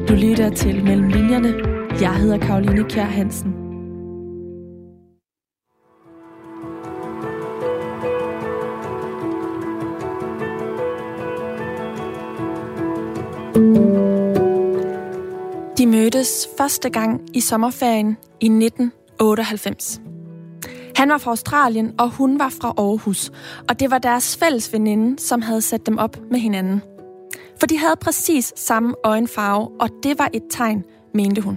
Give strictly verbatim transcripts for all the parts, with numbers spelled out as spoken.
Du lytter til Mellem Linjerne. Jeg hedder Caroline Kjær Hansen. De mødtes første gang i sommerferien i nitten otteoghalvfems. Han var fra Australien, og hun var fra Aarhus, og det var deres fælles veninde, som havde sat dem op med hinanden. For de havde præcis samme øjenfarve, og det var et tegn, mente hun.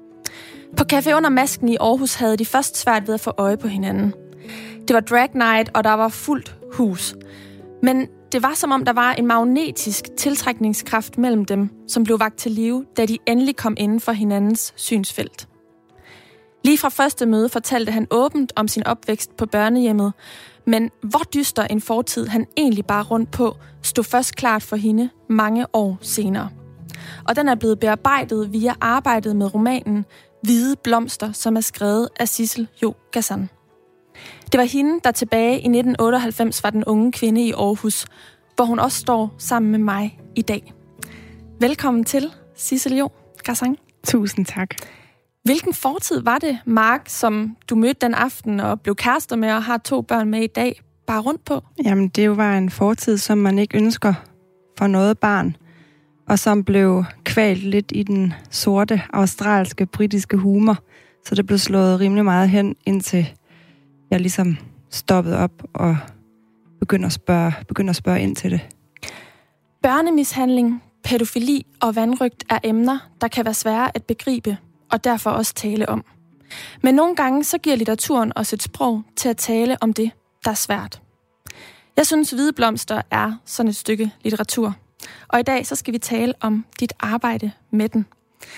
På Café Under Masken i Aarhus havde de først svært ved at få øje på hinanden. Det var drag night, og der var fuldt hus. Men det var som om, der var en magnetisk tiltrækningskraft mellem dem, som blev vakt til live, da de endelig kom inden for hinandens synsfelt. Lige fra første møde fortalte han åbent om sin opvækst på børnehjemmet, men hvor dyster en fortid han egentlig bare rundt på, stod først klart for hende mange år senere. Og den er blevet bearbejdet via arbejdet med romanen Hvide Blomster, som er skrevet af Sissel Jo Gazan. Det var hende, der tilbage i nitten otteoghalvfems var den unge kvinde i Aarhus, hvor hun også står sammen med mig i dag. Velkommen til, Sissel Jo Gazan. Tusind tak. Hvilken fortid var det, Mark, som du mødte den aften og blev kærester med og har to børn med i dag, bare rundt på? Jamen, det jo var en fortid, som man ikke ønsker for noget barn, og som blev kvalt lidt i den sorte, australske, britiske humor, så det blev slået rimelig meget hen, indtil jeg ligesom stoppede op og begyndte at spørge, begyndte at spørge ind til det. Børnemishandling, pædofili og vanrøgt er emner, der kan være svære at begribe, og derfor også tale om. Men nogle gange så giver litteraturen os et sprog til at tale om det, der er svært. Jeg synes, Hvide Blomster er sådan et stykke litteratur. Og i dag så skal vi tale om dit arbejde med den.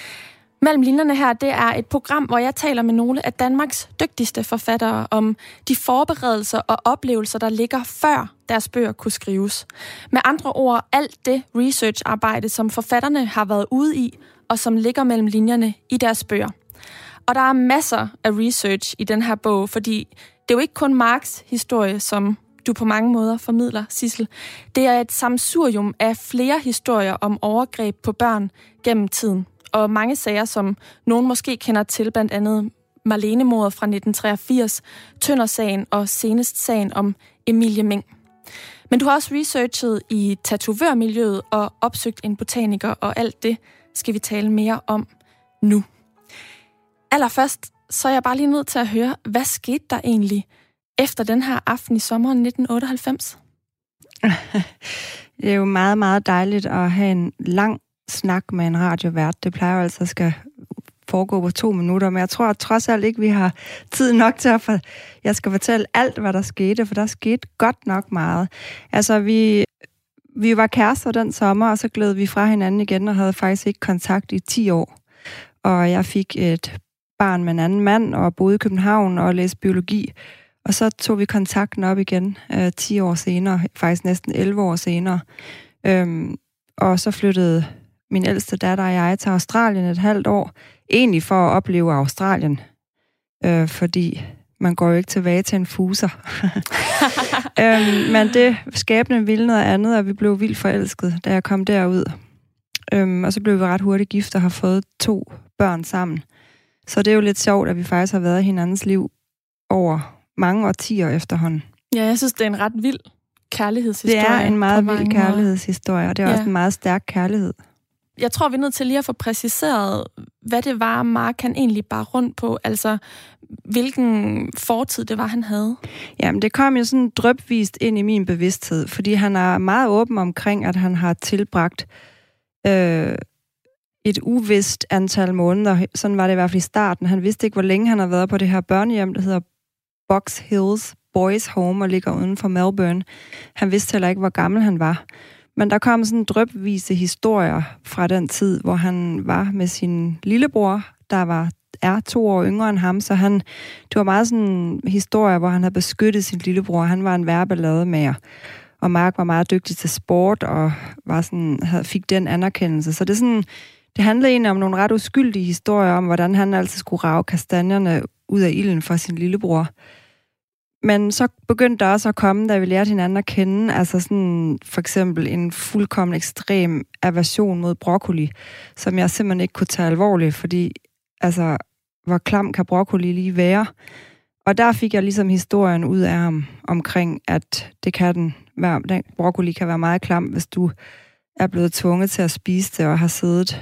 Mellem linjerne her, det er et program, hvor jeg taler med nogle af Danmarks dygtigste forfattere om de forberedelser og oplevelser, der ligger før deres bøger kunne skrives. Med andre ord, alt det researcharbejde, som forfatterne har været ude i, og som ligger mellem linjerne i deres bøger. Og der er masser af research i den her bog, fordi det er jo ikke kun Marks historie, som du på mange måder formidler, Sissel. Det er et sammensurium af flere historier om overgreb på børn gennem tiden. Og mange sager, som nogen måske kender til, blandt andet Marlene-mordet fra nitten treogfirs, Tønder-sagen og senest sagen om Emilie Meng. Men du har også researchet i tatovørmiljøet og opsøgt en botaniker, og alt det skal vi tale mere om nu. Allerførst, så er jeg bare lige nødt til at høre, hvad skete der egentlig efter den her aften i sommeren nitten otteoghalvfems? Det er jo meget, meget dejligt at have en lang snak med en radiovært. Det plejer jo altså at skal foregå på to minutter, men jeg tror at trods alt ikke, vi har tid nok til at for... jeg skal fortælle alt, hvad der skete, for der skete godt nok meget. Altså, vi, vi var kærester den sommer, og så gled vi fra hinanden igen og havde faktisk ikke kontakt i ti år. Og jeg fik et barn med en anden mand og boede i København og læste biologi. Og så tog vi kontakten op igen øh, ti år senere, faktisk næsten elleve år senere. Øhm, og så flyttede min ældste datter og jeg til Australien et halvt år, egentlig for at opleve Australien. Øh, fordi man går jo ikke tilbage til en fuser. øhm, men det skæbnen ville noget andet, og vi blev vildt forelsket, da jeg kom derud. Øhm, og så blev vi ret hurtigt gift og har fået to børn sammen. Så det er jo lidt sjovt, at vi faktisk har været i hinandens liv over mange årtier efterhånden. Ja, jeg synes, det er en ret vild kærlighedshistorie. Det er en meget vild kærlighedshistorie, og det er ja. også en meget stærk kærlighed. Jeg tror, vi er nødt til lige at få præciseret, hvad det var, Mark han egentlig bare rundt på. Altså, hvilken fortid det var, han havde. Jamen, det kom jo sådan drypvist ind i min bevidsthed, fordi han er meget åben omkring, at han har tilbragt øh, et uvist antal måneder. Sådan var det i hvert fald i starten. Han vidste ikke, hvor længe han har været på det her børnehjem, der hedder Box Hills Boys Home, og ligger uden for Melbourne. Han vidste heller ikke, hvor gammel han var. Men der kom sådan drypvise historier fra den tid, hvor han var med sin lillebror, der var er to år yngre end ham, så han, det var meget sådan historier, hvor han havde beskyttet sin lillebror. Han var en værbelademager, og Mark var meget dygtig til sport, og var sådan, havde, fik den anerkendelse. Så det, er sådan, det handlede egentlig om nogle ret uskyldige historier, om hvordan han altid skulle rage kastanjerne ud af ilden for sin lillebror. Men så begyndte der også at komme, da vi lærte hinanden at kende, altså sådan for eksempel en fuldkommen ekstrem aversion mod broccoli, som jeg simpelthen ikke kunne tage alvorligt, fordi altså, hvor klam kan broccoli lige være? Og der fik jeg ligesom historien ud af ham omkring, at det kan den være, den broccoli kan være meget klam, hvis du er blevet tvunget til at spise det og har siddet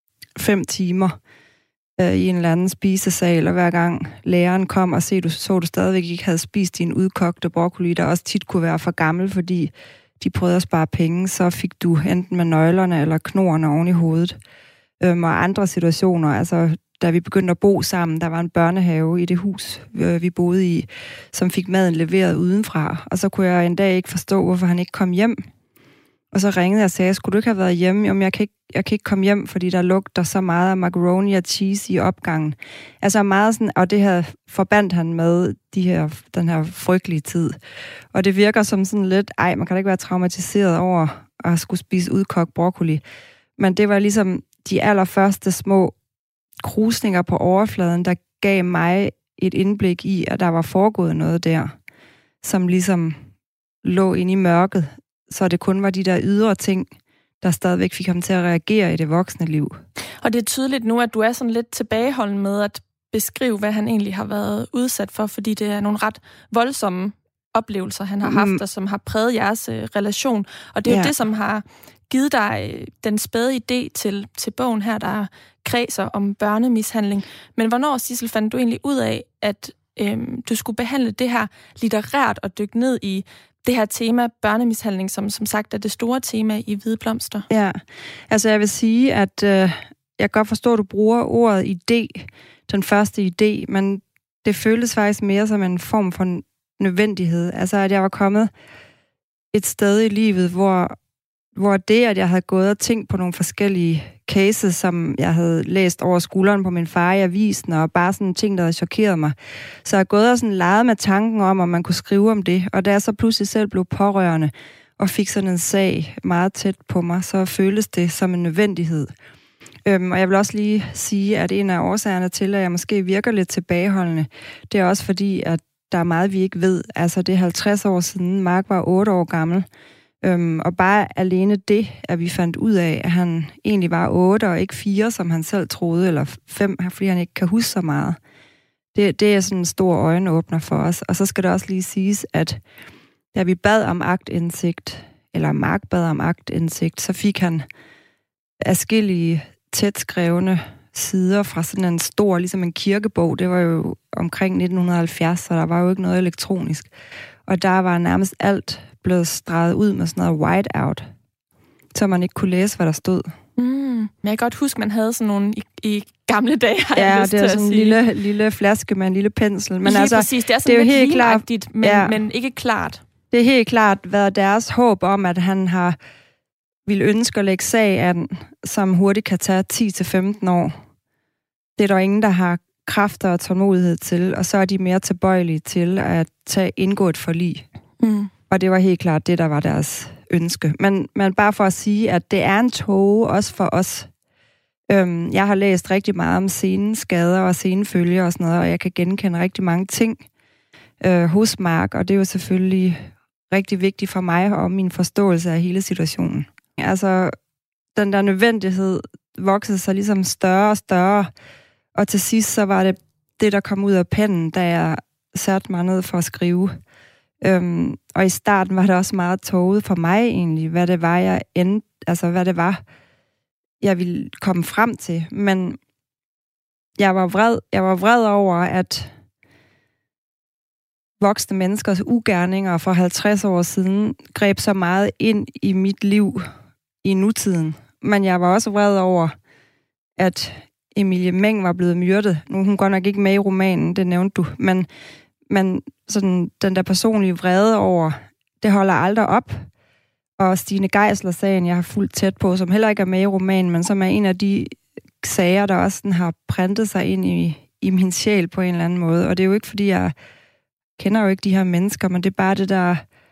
fem timer øh, i en eller anden spisesal, og hver gang læreren kom og se, du, så du stadigvæk ikke havde spist din udkogte broccoli, der også tit kunne være for gammel, fordi de prøvede at spare penge, så fik du enten med nøglerne eller knorene oven i hovedet. Øhm, og andre situationer, altså da vi begyndte at bo sammen, der var en børnehave i det hus, øh, vi boede i, som fik maden leveret udenfra, og så kunne jeg en dag ikke forstå, hvorfor han ikke kom hjem. Og så ringede jeg og sagde, skulle du ikke have været hjemme? Jamen, jeg kan ikke, jeg kan ikke komme hjem, fordi der lugter så meget af macaroni og cheese i opgangen. Altså meget sådan, og det her forbandt han med de her, den her frygtelige tid. Og det virker som sådan lidt, ej, man kan da ikke være traumatiseret over at skulle spise udkogt broccoli. Men det var ligesom de allerførste små krusninger på overfladen, der gav mig et indblik i, at der var foregået noget der, som ligesom lå inde i mørket, så det kun var de der ydre ting, der stadigvæk fik ham til at reagere i det voksne liv. Og det er tydeligt nu, at du er sådan lidt tilbageholden med at beskrive, hvad han egentlig har været udsat for, fordi det er nogle ret voldsomme oplevelser, han har haft, mm. og som har præget jeres øh, relation. Og det er ja. jo det, som har givet dig øh, den spæde idé til, til bogen her, der kredser om børnemishandling. Men hvornår, Sissel, fandt du egentlig ud af, at øh, du skulle behandle det her litterært og dykke ned i det her tema, børnemishandling, som som sagt er det store tema i Hvide Blomster? Ja, altså jeg vil sige, at øh, jeg kan godt forstå, at du bruger ordet idé, den første idé, men det føltes faktisk mere som en form for nødvendighed. Altså at jeg var kommet et sted i livet, hvor, hvor det, at jeg havde gået og tænkt på nogle forskellige cases, som jeg havde læst over skulderen på min far i avisen, og bare sådan ting, der havde chokeret mig. Så jeg gået og sådan leget med tanken om, om man kunne skrive om det. Og da jeg så pludselig selv blev pårørende og fik sådan en sag meget tæt på mig, så føltes det som en nødvendighed. Øhm, og jeg vil også lige sige, at en af årsagerne til, at jeg måske virker lidt tilbageholdende, det er også fordi, at der er meget, vi ikke ved. Altså, det er halvtreds år siden. Mark var otte år gammel. Øhm, og bare alene det, at vi fandt ud af, at han egentlig var otte og ikke fire, som han selv troede, eller fem, fordi han ikke kan huske så meget. Det, det er sådan en stor øjenåbner for os. Og så skal det også lige siges, at da vi bad om aktindsigt, eller Mark bad om aktindsigt, så fik han adskillige tætskrevne sider fra sådan en stor, ligesom en kirkebog. Det var jo omkring nitten halvfjerds, så der var jo ikke noget elektronisk. Og der var nærmest alt blevet streget ud med sådan noget whiteout, så man ikke kunne læse, hvad der stod. Mm. Men jeg kan godt huske, man havde sådan nogle i, i gamle dage, har ja, jeg lyst det er til sådan en lille, lille flaske med en lille pensel. Men lige altså, præcis, det er sådan det er lidt klart, men, ja, men ikke klart. Det er helt klart været deres håb om, at han har ville ønske at lægge sag an, som hurtigt kan tage ti til femten år. Det er der ingen, der har kræfter og tålmodighed til, og så er de mere tilbøjelige til at tage indgå et forlig. Mm. Og det var helt klart det, der var deres ønske. Men, men bare for at sige, at det er en tåge også for os. Øhm, jeg har læst rigtig meget om seneskader og senefølger og sådan noget, og jeg kan genkende rigtig mange ting øh, hos Mark, og det er jo selvfølgelig rigtig vigtigt for mig og min forståelse af hele situationen. Altså, den der nødvendighed voksede sig ligesom større og større, og til sidst så var det det, der kom ud af pennen, da jeg satte mig ned for at skrive. Øhm, og i starten var det også meget tåget for mig egentlig, hvad det var, jeg endte, altså hvad det var, jeg ville komme frem til. Men jeg var vred, jeg var vred over, at voksne menneskers ugerninger for halvtreds år siden greb så meget ind i mit liv i nutiden. Men jeg var også vred over, at Emilie Meng var blevet myrdet. Nu er hun godt nok ikke med i romanen, det nævnte du, men, men sådan, den der personlige vrede over, det holder aldrig op. Og Stine Geisler-sagen, jeg har fulgt tæt på, som heller ikke er med i romanen, men som er en af de sager, der også sådan, har printet sig ind i, i min sjæl på en eller anden måde. Og det er jo ikke, fordi jeg kender jo ikke de her mennesker, men det er bare det der,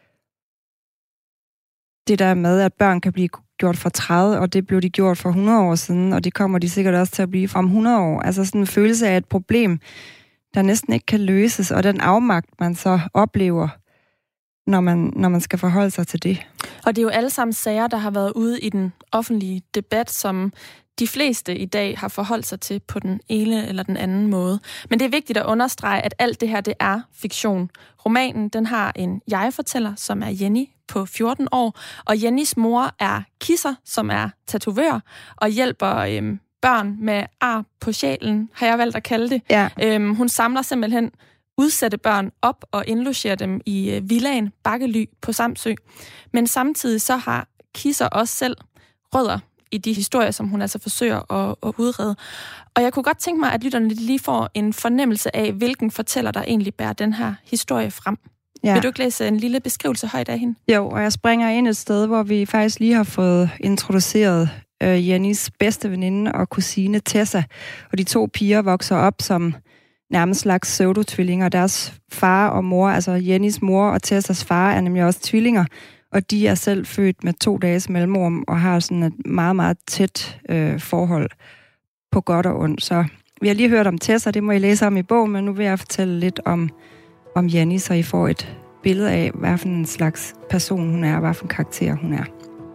det der med, at børn kan blive gjort for tredive, og det blev de gjort for hundrede år siden, og det kommer de sikkert også til at blive fra om hundrede år. Altså sådan en følelse af et problem, der næsten ikke kan løses, og den afmagt, man så oplever, når man, når man skal forholde sig til det. Og det er jo alle sammen sager, der har været ude i den offentlige debat, som de fleste i dag har forholdt sig til på den ene eller den anden måde. Men det er vigtigt at understrege, at alt det her, det er fiktion. Romanen, den har en jeg-fortæller, som er Jenny på fjorten år, og Jennys mor er Kisser, som er tatovør, og hjælper øhm, børn med ar på sjælen, har jeg valgt at kalde det. Ja. Øhm, hun samler simpelthen udsatte børn op og indlogerer dem i øh, villaen Bakkely på Samsø. Men samtidig så har Kisser også selv rødder i de historier, som hun altså forsøger at, at udrede. Og jeg kunne godt tænke mig, at lytterne lige får en fornemmelse af, hvilken fortæller, der egentlig bærer den her historie frem. Ja. Vil du ikke læse en lille beskrivelse højt af hende? Jo, og jeg springer ind et sted, hvor vi faktisk lige har fået introduceret øh, Jennys bedste veninde og kusine Tessa. Og de to piger vokser op som nærmest slags pseudotvillinger. Deres far og mor, altså Jennys mor og Tessas far, er nemlig også tvillinger. Og de er selv født med to dages mellemrum og har sådan et meget, meget tæt øh, forhold på godt og ondt. Så vi har lige hørt om Tessa, det må I læse om i bogen, men nu vil jeg fortælle lidt om, om Jenny, så I får et billede af, hvad for en slags person hun er, og hvad for en karakter hun er.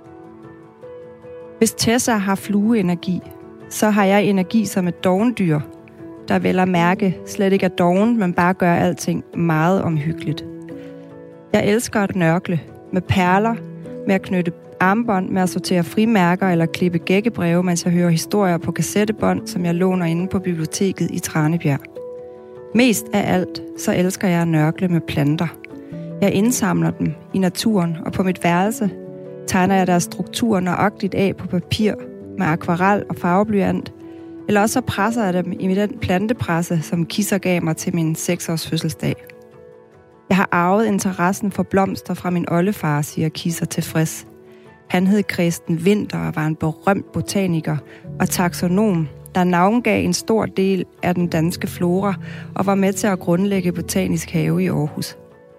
Hvis Tessa har flueenergi, så har jeg energi som et dovendyr, der vel at mærke slet ikke er doven, men bare gør alting meget omhyggeligt. Jeg elsker at nørkle med perler, med at knytte armbånd, med at sortere frimærker eller klippe gækkebreve, mens jeg hører historier på kassettebånd, som jeg låner inde på biblioteket i Tranebjerg. Mest af alt, så elsker jeg at nørkle med planter. Jeg indsamler dem i naturen, og på mit værelse tegner jeg deres struktur nøjagtigt af på papir med akvarel og farveblyant, eller også så presser jeg dem i den plantepresse, som Kisser gav mig til min seksårs fødselsdag. Jeg har arvet interessen for blomster fra min oldefar, siger Kisser tilfreds. Han hed Christen Winter og var en berømt botaniker og taksonom, der navngav en stor del af den danske flora og var med til at grundlægge Botanisk Have i Aarhus.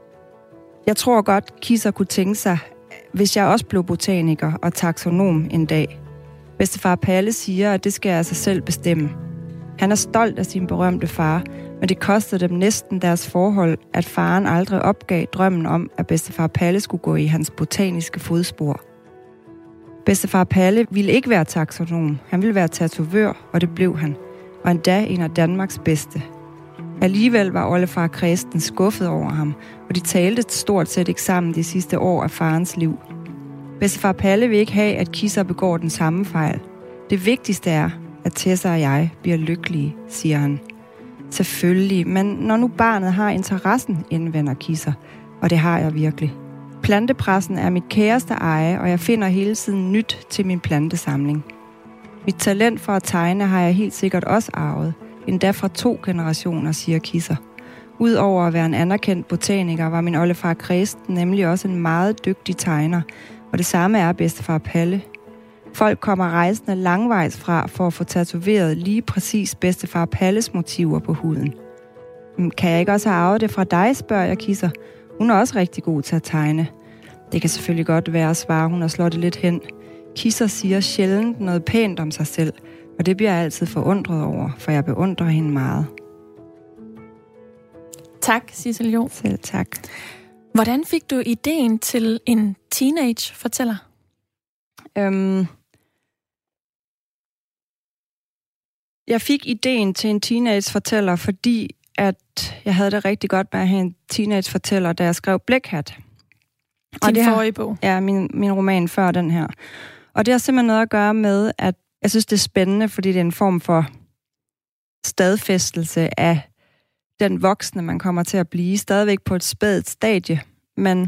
Jeg tror godt, Kisser kunne tænke sig, hvis jeg også blev botaniker og taksonom en dag. Bedstefar Palle siger, at det skal jeg altså selv bestemme. Han er stolt af sin berømte far, men det kostede dem næsten deres forhold, at faren aldrig opgav drømmen om, at bedstefar Palle skulle gå i hans botaniske fodspor. Bedstefar Palle ville ikke være taksonom, han ville være tatovør, og det blev han, og endda en af Danmarks bedste. Alligevel var oldefar Christen skuffet over ham, og de talte stort set ikke sammen de sidste år af farens liv. Bedstefar Palle vil ikke have, at Kisser begår den samme fejl. Det vigtigste er, at Tessa og jeg bliver lykkelige, siger han. Selvfølgelig, men når nu barnet har interessen, indvender Kisser, og det har jeg virkelig. Plantepressen er mit kæreste eje, og jeg finder hele tiden nyt til min plantesamling. Mit talent for at tegne har jeg helt sikkert også arvet, endda fra to generationer, siger Kisser. Udover at være en anerkendt botaniker, var min oldefar Christen nemlig også en meget dygtig tegner, og det samme er bedstefar Palle. Folk kommer rejsende langvejs fra for at få tatoveret lige præcis bedstefar Palles motiver på huden. Kan jeg ikke også have arvet det fra dig, spørger jeg Kisser. Hun er også rigtig god til at tegne. Det kan selvfølgelig godt være, svarer hun og slår det lidt hen. Kisser siger sjældent noget pænt om sig selv, og det bliver jeg altid forundret over, for jeg beundrer hende meget. Tak, Sissel Jo. Selv tak. Hvordan fik du ideen til en teenage-fortæller? Øhm, jeg fik ideen til en teenage-fortæller, fordi at jeg havde det rigtig godt med at have en teenage-fortæller, da jeg skrev Blækhat. Din det forrige bog? Ja, min, min roman før den her. Og det har simpelthen noget at gøre med, at jeg synes, det er spændende, fordi det er en form for stadfæstelse af den voksne, man kommer til at blive. Stadigvæk på et spædt stadie, men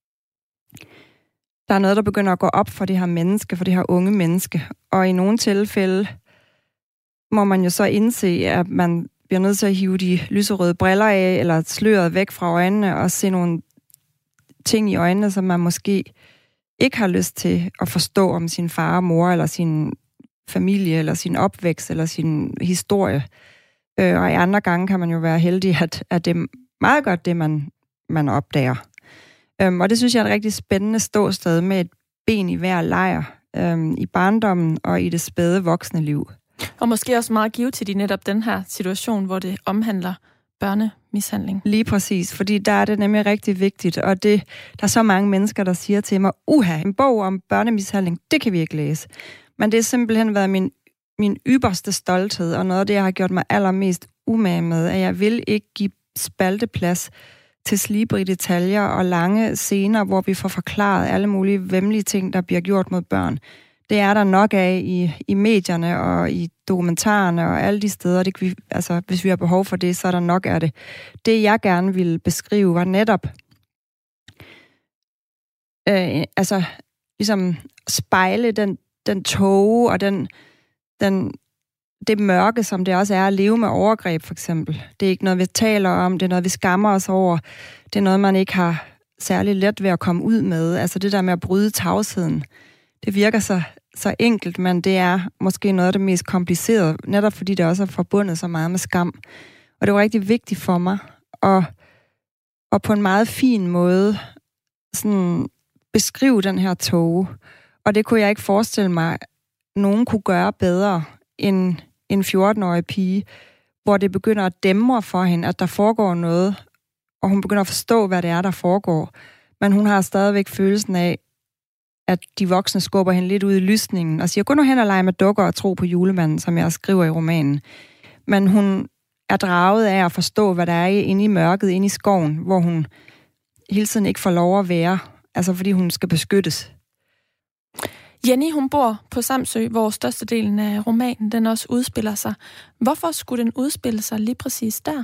der er noget, der begynder at gå op for det her menneske, for det her unge menneske. Og i nogle tilfælde må man jo så indse, at man bliver nødt til at hive de lyserøde briller af, eller sløret væk fra øjnene, og se nogle ting i øjnene, som man måske ikke har lyst til at forstå om sin far og mor, eller sin familie, eller sin opvækst, eller sin historie. Øh, og i andre gange kan man jo være heldig, at, at det er meget godt, det man, man opdager. Øhm, og det synes jeg er et rigtig spændende ståsted med et ben i hver lejr, øhm, i barndommen og i det spæde voksne liv. Og måske også meget givet til de netop den her situation, hvor det omhandler børnemishandling. Lige præcis, fordi der er det nemlig rigtig vigtigt, og det, der er så mange mennesker, der siger til mig, uha, en bog om børnemishandling, det kan vi ikke læse. Men det har simpelthen været min, min ypperste stolthed, og noget af det, jeg har gjort mig allermest umage med, at jeg vil ikke give spalteplads til slibrige detaljer og lange scener, hvor vi får forklaret alle mulige væmmelige ting, der bliver gjort mod børn. Det er der nok af i, i medierne og i dokumentarerne og alle de steder. Det kan vi, altså, hvis vi har behov for det, så er der nok af det. Det, jeg gerne ville beskrive, var netop øh, altså, ligesom spejle den, den tåge og den, den, det mørke, som det også er at leve med overgreb, for eksempel. Det er ikke noget, vi taler om, det er noget, vi skammer os over. Det er noget, man ikke har særlig let ved at komme ud med. Altså det der med at bryde tavsheden. Det virker så, så enkelt, men det er måske noget af det mest komplicerede, netop fordi det også er forbundet så meget med skam. Og det var rigtig vigtigt for mig at, at på en meget fin måde sådan beskrive den her tåge. Og det kunne jeg ikke forestille mig, at nogen kunne gøre bedre end en fjorten-årig pige, hvor det begynder at dæmre for hende, at der foregår noget, og hun begynder at forstå, hvad det er, der foregår. Men hun har stadigvæk følelsen af, at de voksne skubber hende lidt ud i lysningen og siger, gå nu hen og lege med dukker og tro på julemanden, som jeg skriver i romanen. Men hun er draget af at forstå, hvad der er inde i mørket, inde i skoven, hvor hun hele tiden ikke får lov at være, altså fordi hun skal beskyttes. Jenny, hun bor på Samsø, hvor størstedelen af romanen den også udspiller sig. Hvorfor skulle den udspille sig lige præcis der?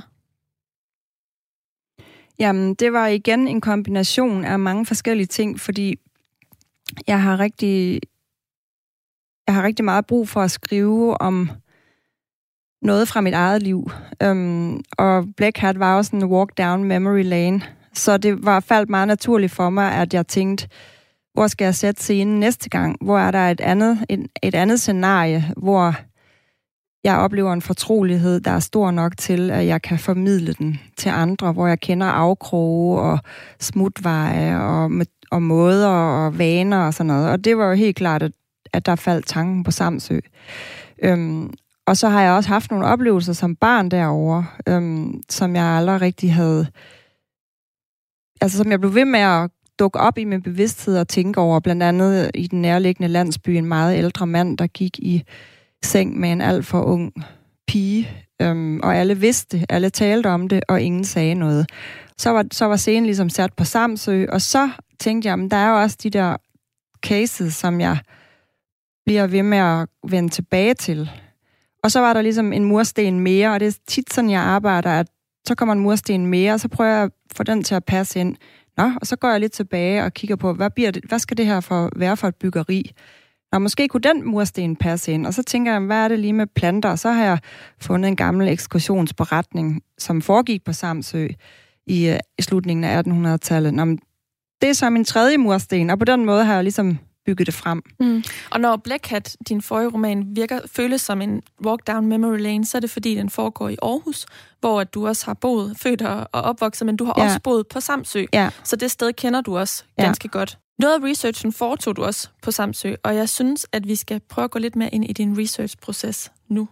Jamen, det var igen en kombination af mange forskellige ting, fordi jeg har rigtig, jeg har rigtig meget brug for at skrive om noget fra mit eget liv. Um, og Black Hat var også en walk down memory lane, så det var faldt meget naturligt for mig, at jeg tænkte, hvor skal jeg sætte scenen næste gang? Hvor er der et andet, et, et andet scenarie, hvor jeg oplever en fortrolighed, der er stor nok til, at jeg kan formidle den til andre, hvor jeg kender afkroge og smutveje og, og måder og vaner og sådan noget. Og det var jo helt klart, at, at der faldt tanken på Samsø. Øhm, og så har jeg også haft nogle oplevelser som barn derovre, øhm, som jeg aldrig rigtig havde... Altså, som jeg blev ved med at dukke op i min bevidsthed og tænke over, blandt andet i den nærliggende landsby, en meget ældre mand, der gik i seng med en alt for ung pige, øhm, og alle vidste, alle talte om det, og ingen sagde noget. Så var, så var scenen ligesom sat på Samsø, og så tænkte jeg, men der er jo også de der cases, som jeg bliver ved med at vende tilbage til. Og så var der ligesom en mursten mere, og det er tit sådan, jeg arbejder, at så kommer en mursten mere, og så prøver jeg at få den til at passe ind. Nå, og så går jeg lidt tilbage og kigger på, hvad, bliver det, hvad skal det her for, være for et byggeri? Og måske kunne den mursten passe ind. Og så tænker jeg, hvad er det lige med planter? Og så har jeg fundet en gammel ekskursionsberetning, som foregik på Samsø i, uh, i slutningen af attenhundredetallet. Nå, det er så min tredje mursten, og på den måde har jeg ligesom bygget det frem. Mm. Og når Black Hat, din forrige roman, virker, føles som en walk down memory lane, så er det fordi, den foregår i Aarhus, hvor du også har boet, født og, og opvokset, men du har ja. også boet på Samsø. Ja. Så det sted kender du også ganske ja. godt. Noget af researchen foretog du også på Samsø, og jeg synes, at vi skal prøve at gå lidt mere ind i din research-proces nu.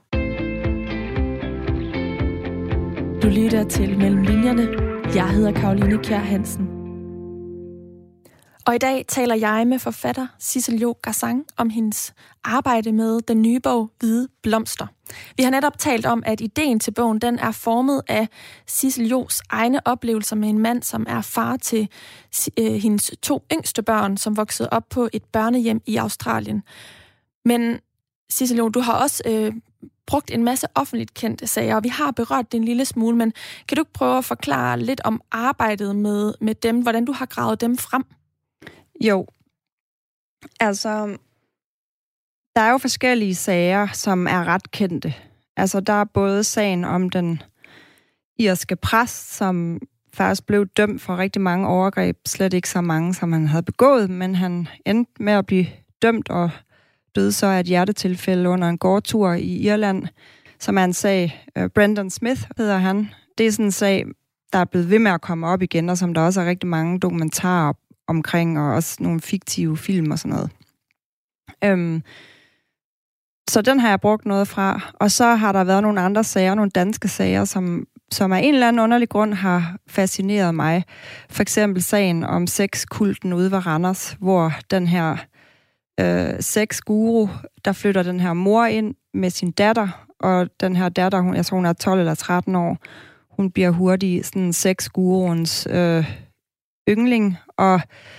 Du lytter til Mellem Linjerne. Jeg hedder Caroline Kjær Hansen. Og i dag taler jeg med forfatter Sissel Jo Gazan om hendes arbejde med den nye bog Hvide Blomster. Vi har netop talt om, at ideen til bogen den er formet af Sissel Jos egne oplevelser med en mand, som er far til øh, hendes to yngste børn, som voksede op på et børnehjem i Australien. Men Sissel Jo, du har også øh, brugt en masse offentligt kendte sager, og vi har berørt det en lille smule, men kan du ikke prøve at forklare lidt om arbejdet med, med dem, hvordan du har gravet dem frem? Jo, altså, der er jo forskellige sager, som er ret kendte. Altså, der er både sagen om den irske præst, som faktisk blev dømt for rigtig mange overgreb, slet ikke så mange, som han havde begået, men han endte med at blive dømt og døde så af et hjertetilfælde under en gårdtur i Irland, som er en sag. Uh, Brendan Smith hedder han. Det er sådan en sag, der er blevet ved med at komme op igen, og som der også er rigtig mange dokumentarer omkring, og også nogle fiktive film og sådan noget. Øhm, så den har jeg brugt noget fra. Og så har der været nogle andre sager, nogle danske sager, som, som af en eller anden underlig grund har fascineret mig. For eksempel sagen om sexkulten ude ved Randers, hvor den her øh, sexguru, der flytter den her mor ind med sin datter, og den her datter, hun, jeg tror hun er tolv eller tretten år, hun bliver hurtigt sådan sexguruens øh, yndling, og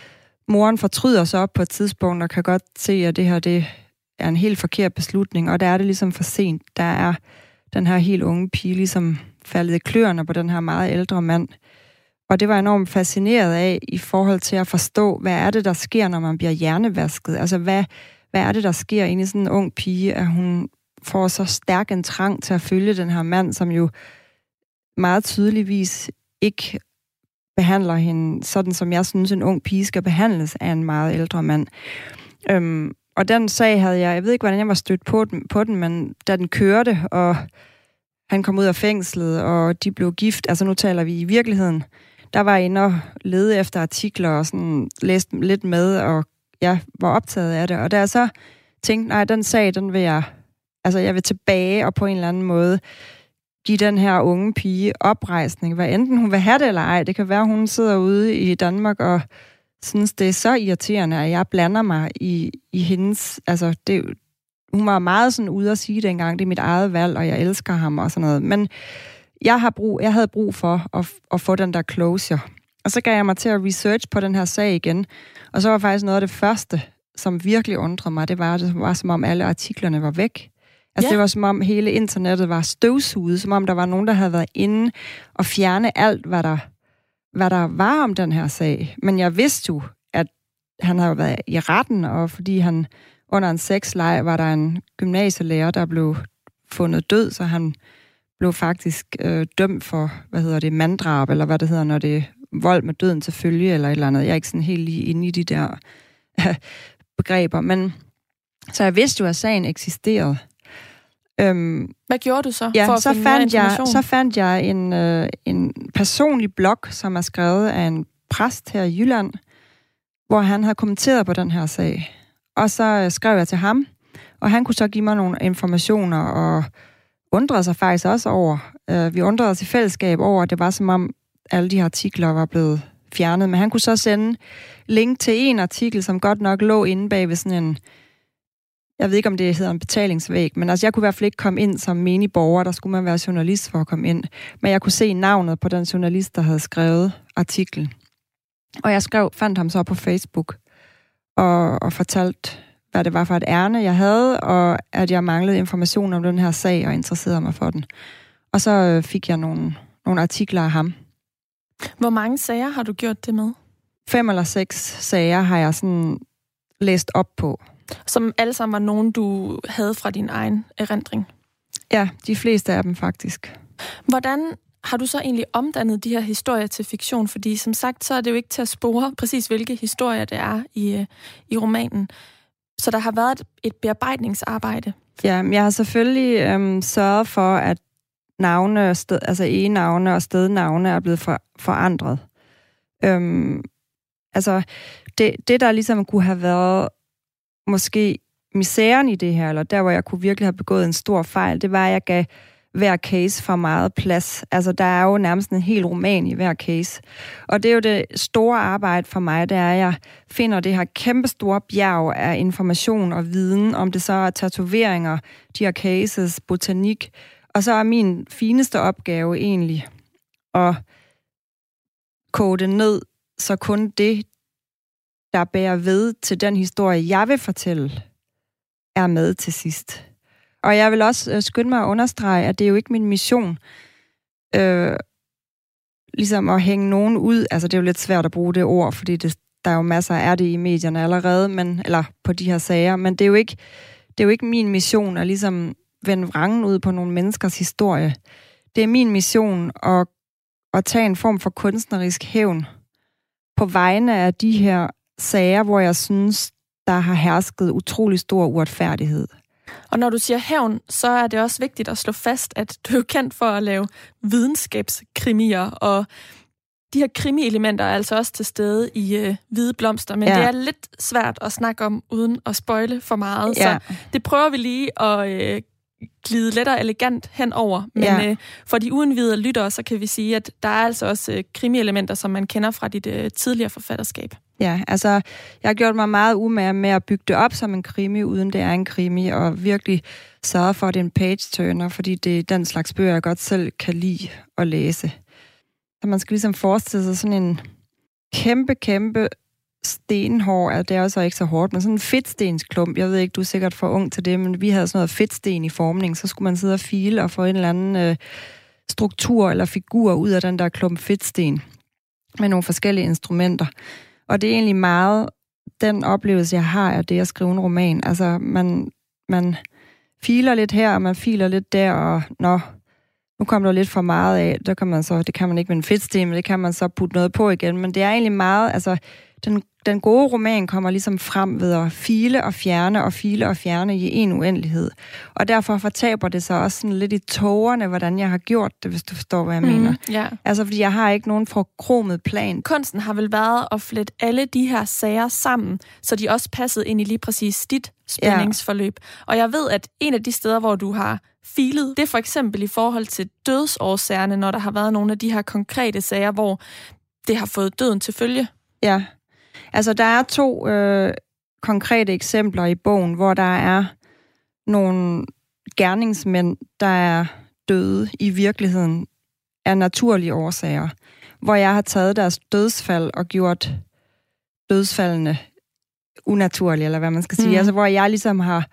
moren fortryder sig op på et tidspunkt, og kan godt se, at det her det er en helt forkert beslutning, og der er det ligesom for sent. Der er den her helt unge pige ligesom faldet i kløerne på den her meget ældre mand. Og det var enormt fascineret af i forhold til at forstå, hvad er det, der sker, når man bliver hjernevasket? Altså, hvad, hvad er det, der sker inde i sådan en ung pige, at hun får så stærk en trang til at følge den her mand, som jo meget tydeligvis ikke behandler hende sådan, som jeg synes, en ung pige skal behandles af en meget ældre mand. Øhm, og den sag havde jeg, jeg ved ikke, hvordan jeg var stødt på den, på den, men da den kørte, og han kom ud af fængslet, og de blev gift, altså nu taler vi i virkeligheden, der var jeg inde og lede efter artikler, og sådan læste lidt med, og jeg var optaget af det. Og da jeg så tænkte, nej, den sag, den vil jeg, altså jeg vil tilbage, og på en eller anden måde give den her unge pige oprejsning, hvad enten hun vil have det eller ej. Det kan være, hun sidder ude i Danmark og synes, det er så irriterende, at jeg blander mig i, i hendes, altså det, hun var meget sådan ude at sige dengang, det er mit eget valg, og jeg elsker ham og sådan noget. Men jeg, har brug, jeg havde brug for at, at få den der closure. Og så gav jeg mig til at research på den her sag igen. Og så var faktisk noget af det første, som virkelig undrede mig, det var, det var som om alle artiklerne var væk. Altså ja. Det var som om hele internettet var støvsuget, som om der var nogen, der havde været inde og fjerne alt, hvad der, hvad der var om den her sag. Men jeg vidste jo, at han havde været i retten, og fordi han under en sexleg var der en gymnasielærer, der blev fundet død, så han blev faktisk øh, dømt for, hvad hedder det, manddrab, eller hvad det hedder, når det er vold med døden til følge, eller et eller andet. Jeg er ikke sådan helt lige inde i de der øh, begreber, men så jeg vidste jo, at sagen eksisterede. Øhm, Hvad gjorde du så ja, for at så finde fandt mere jeg, information? så fandt jeg en, øh, en personlig blog, som er skrevet af en præst her i Jylland, hvor han havde kommenteret på den her sag. Og så øh, skrev jeg til ham, og han kunne så give mig nogle informationer, og undrede sig faktisk også over. Øh, vi undrede os i fællesskab over, at det var som om alle de her artikler var blevet fjernet. Men han kunne så sende link til en artikel, som godt nok lå inde bag ved sådan en, jeg ved ikke, om det hedder en betalingsvæg, men altså, jeg kunne i hvert fald ikke komme ind som menig borger. Der skulle man være journalist for at komme ind. Men jeg kunne se navnet på den journalist, der havde skrevet artiklen. Og jeg skrev, fandt ham så på Facebook og, og fortalte, hvad det var for et ærne, jeg havde, og at jeg manglede information om den her sag og interesserede mig for den. Og så øh, fik jeg nogle, nogle artikler af ham. Hvor mange sager har du gjort det med? Fem eller seks sager har jeg sådan læst op på. Som alle sammen var nogen, du havde fra din egen erindring? Ja, de fleste af dem faktisk. Hvordan har du så egentlig omdannet de her historier til fiktion? Fordi som sagt, så er det jo ikke til at spore præcis, hvilke historier det er i, i romanen. Så der har været et, et bearbejdningsarbejde. Ja, jeg har selvfølgelig øhm, sørget for, at navne, sted, altså e-navne og stednavne er blevet for, forandret. Øhm, altså, det, det der ligesom kunne have været måske misæren i det her, eller der, hvor jeg kunne virkelig have begået en stor fejl, det var, at jeg gav hver case for meget plads. Altså, der er jo nærmest en hel roman i hver case. Og det er jo det store arbejde for mig, det er, at jeg finder det her kæmpe store bjerg af information og viden, om det så er tatoveringer, de her cases, botanik. Og så er min fineste opgave egentlig at koge det ned, så kun det, der bærer ved til den historie, jeg vil fortælle, er med til sidst. Og jeg vil også skynde mig at understrege, at det er jo ikke min mission, øh, ligesom at hænge nogen ud. Altså, det er jo lidt svært at bruge det ord, fordi det, der er jo masser af det i medierne allerede, men, eller på de her sager. Men det er jo ikke, det er jo ikke min mission at ligesom vende vrangen ud på nogle menneskers historie. Det er min mission at, at tage en form for kunstnerisk hævn på vegne af de her sager, hvor jeg synes, der har hersket utrolig stor uretfærdighed. Og når du siger hævn, så er det også vigtigt at slå fast, at du er kendt for at lave videnskabskrimier, og de her krimi-elementer er altså også til stede i øh, Hvide Blomster, men ja. Det er lidt svært at snakke om, uden at spoile for meget, ja. Så det prøver vi lige at øh, glide let og elegant henover. Men ja. øh, for de uindvidede lyttere, så kan vi sige, at der er altså også øh, krimi-elementer, som man kender fra dit øh, tidligere forfatterskab. Ja, altså, jeg har gjort mig meget umage med at bygge det op som en krimi, uden det er en krimi, og virkelig sørge for, at det er en page-turner, fordi det er den slags bøger, jeg godt selv kan lide at læse. Så man skal ligesom forestille sig sådan en kæmpe, kæmpe stenhår, det er også ikke så hårdt, men sådan en fedtstensklump. Jeg ved ikke, du er sikkert for ung til det, men vi havde sådan noget fedtsten i formning, så skulle man sidde og file og få en eller anden øh, struktur eller figur ud af den der klump fedtsten med nogle forskellige instrumenter. Og det er egentlig meget den oplevelse, jeg har af det at skrive en roman. Altså, man, man filer lidt her, og man filer lidt der, og nå, nu kommer der lidt for meget af. Der kan man så, det kan man ikke med en fedtsten, men det kan man så putte noget på igen. Men det er egentlig meget, altså, den, den gode roman kommer ligesom frem ved at file og fjerne og file og fjerne i en uendelighed. Og derfor fortaber det sig også sådan lidt i tågerne, hvordan jeg har gjort det, hvis du forstår, hvad jeg mm, mener. Ja. Altså, fordi jeg har ikke nogen forkromet plan. Kunsten har vel været at flette alle de her sager sammen, så de også passede ind i lige præcis dit spændingsforløb. Ja. Og jeg ved, at en af de steder, hvor du har filet, det er for eksempel i forhold til dødsårsagerne, når der har været nogle af de her konkrete sager, hvor det har fået døden til følge. Ja. Altså, der er to øh, konkrete eksempler i bogen, hvor der er nogle gerningsmænd, der er døde i virkeligheden af naturlige årsager, hvor jeg har taget deres dødsfald og gjort dødsfaldene unaturlige, eller hvad man skal sige. Mm. Altså, hvor jeg ligesom har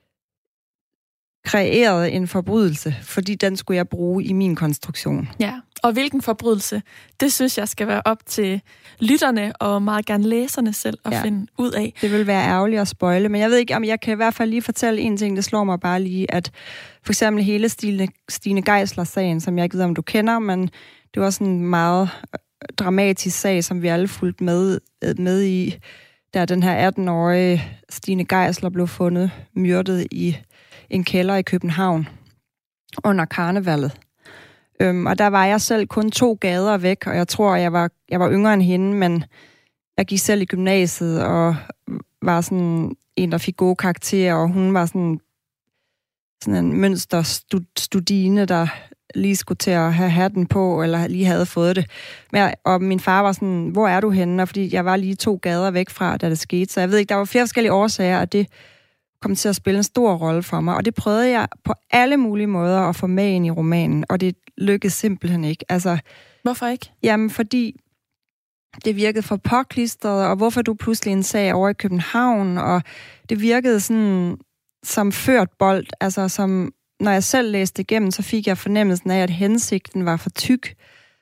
kreeret en forbrydelse, fordi den skulle jeg bruge i min konstruktion. Ja, og hvilken forbrydelse, det synes jeg skal være op til lytterne og meget gerne læserne selv at ja. finde ud af. Det vil være ærgerligt at spoile, men jeg ved ikke, om jeg kan i hvert fald lige fortælle en ting, det slår mig bare lige, at for eksempel hele Stine, Stine Geisler-sagen, som jeg ikke ved, om du kender, men det var sådan en meget dramatisk sag, som vi alle fulgte med, med i, da den her atten-årige Stine Geisler blev fundet myrdet i en kælder i København under karnevallet. Øhm, og der var jeg selv kun to gader væk, og jeg tror, jeg var, jeg var yngre end hende, men jeg gik selv i gymnasiet og var sådan en, der fik gode karakterer, og hun var sådan, sådan en mønsterstudine, der lige skulle til at have hatten på, eller lige havde fået det. Men, og min far var sådan, hvor er du henne? Og fordi jeg var lige to gader væk fra, da det skete. Så jeg ved ikke, der var flere forskellige årsager, og det kom til at spille en stor rolle for mig. Og det prøvede jeg på alle mulige måder at få med ind i romanen, og det lykkedes simpelthen ikke. Altså, hvorfor ikke? Jamen, fordi det virkede for påklistret, og hvorfor du pludselig en sag over i København, og det virkede sådan som ført bold, altså som, når jeg selv læste igennem, så fik jeg fornemmelsen af, at hensigten var for tyk,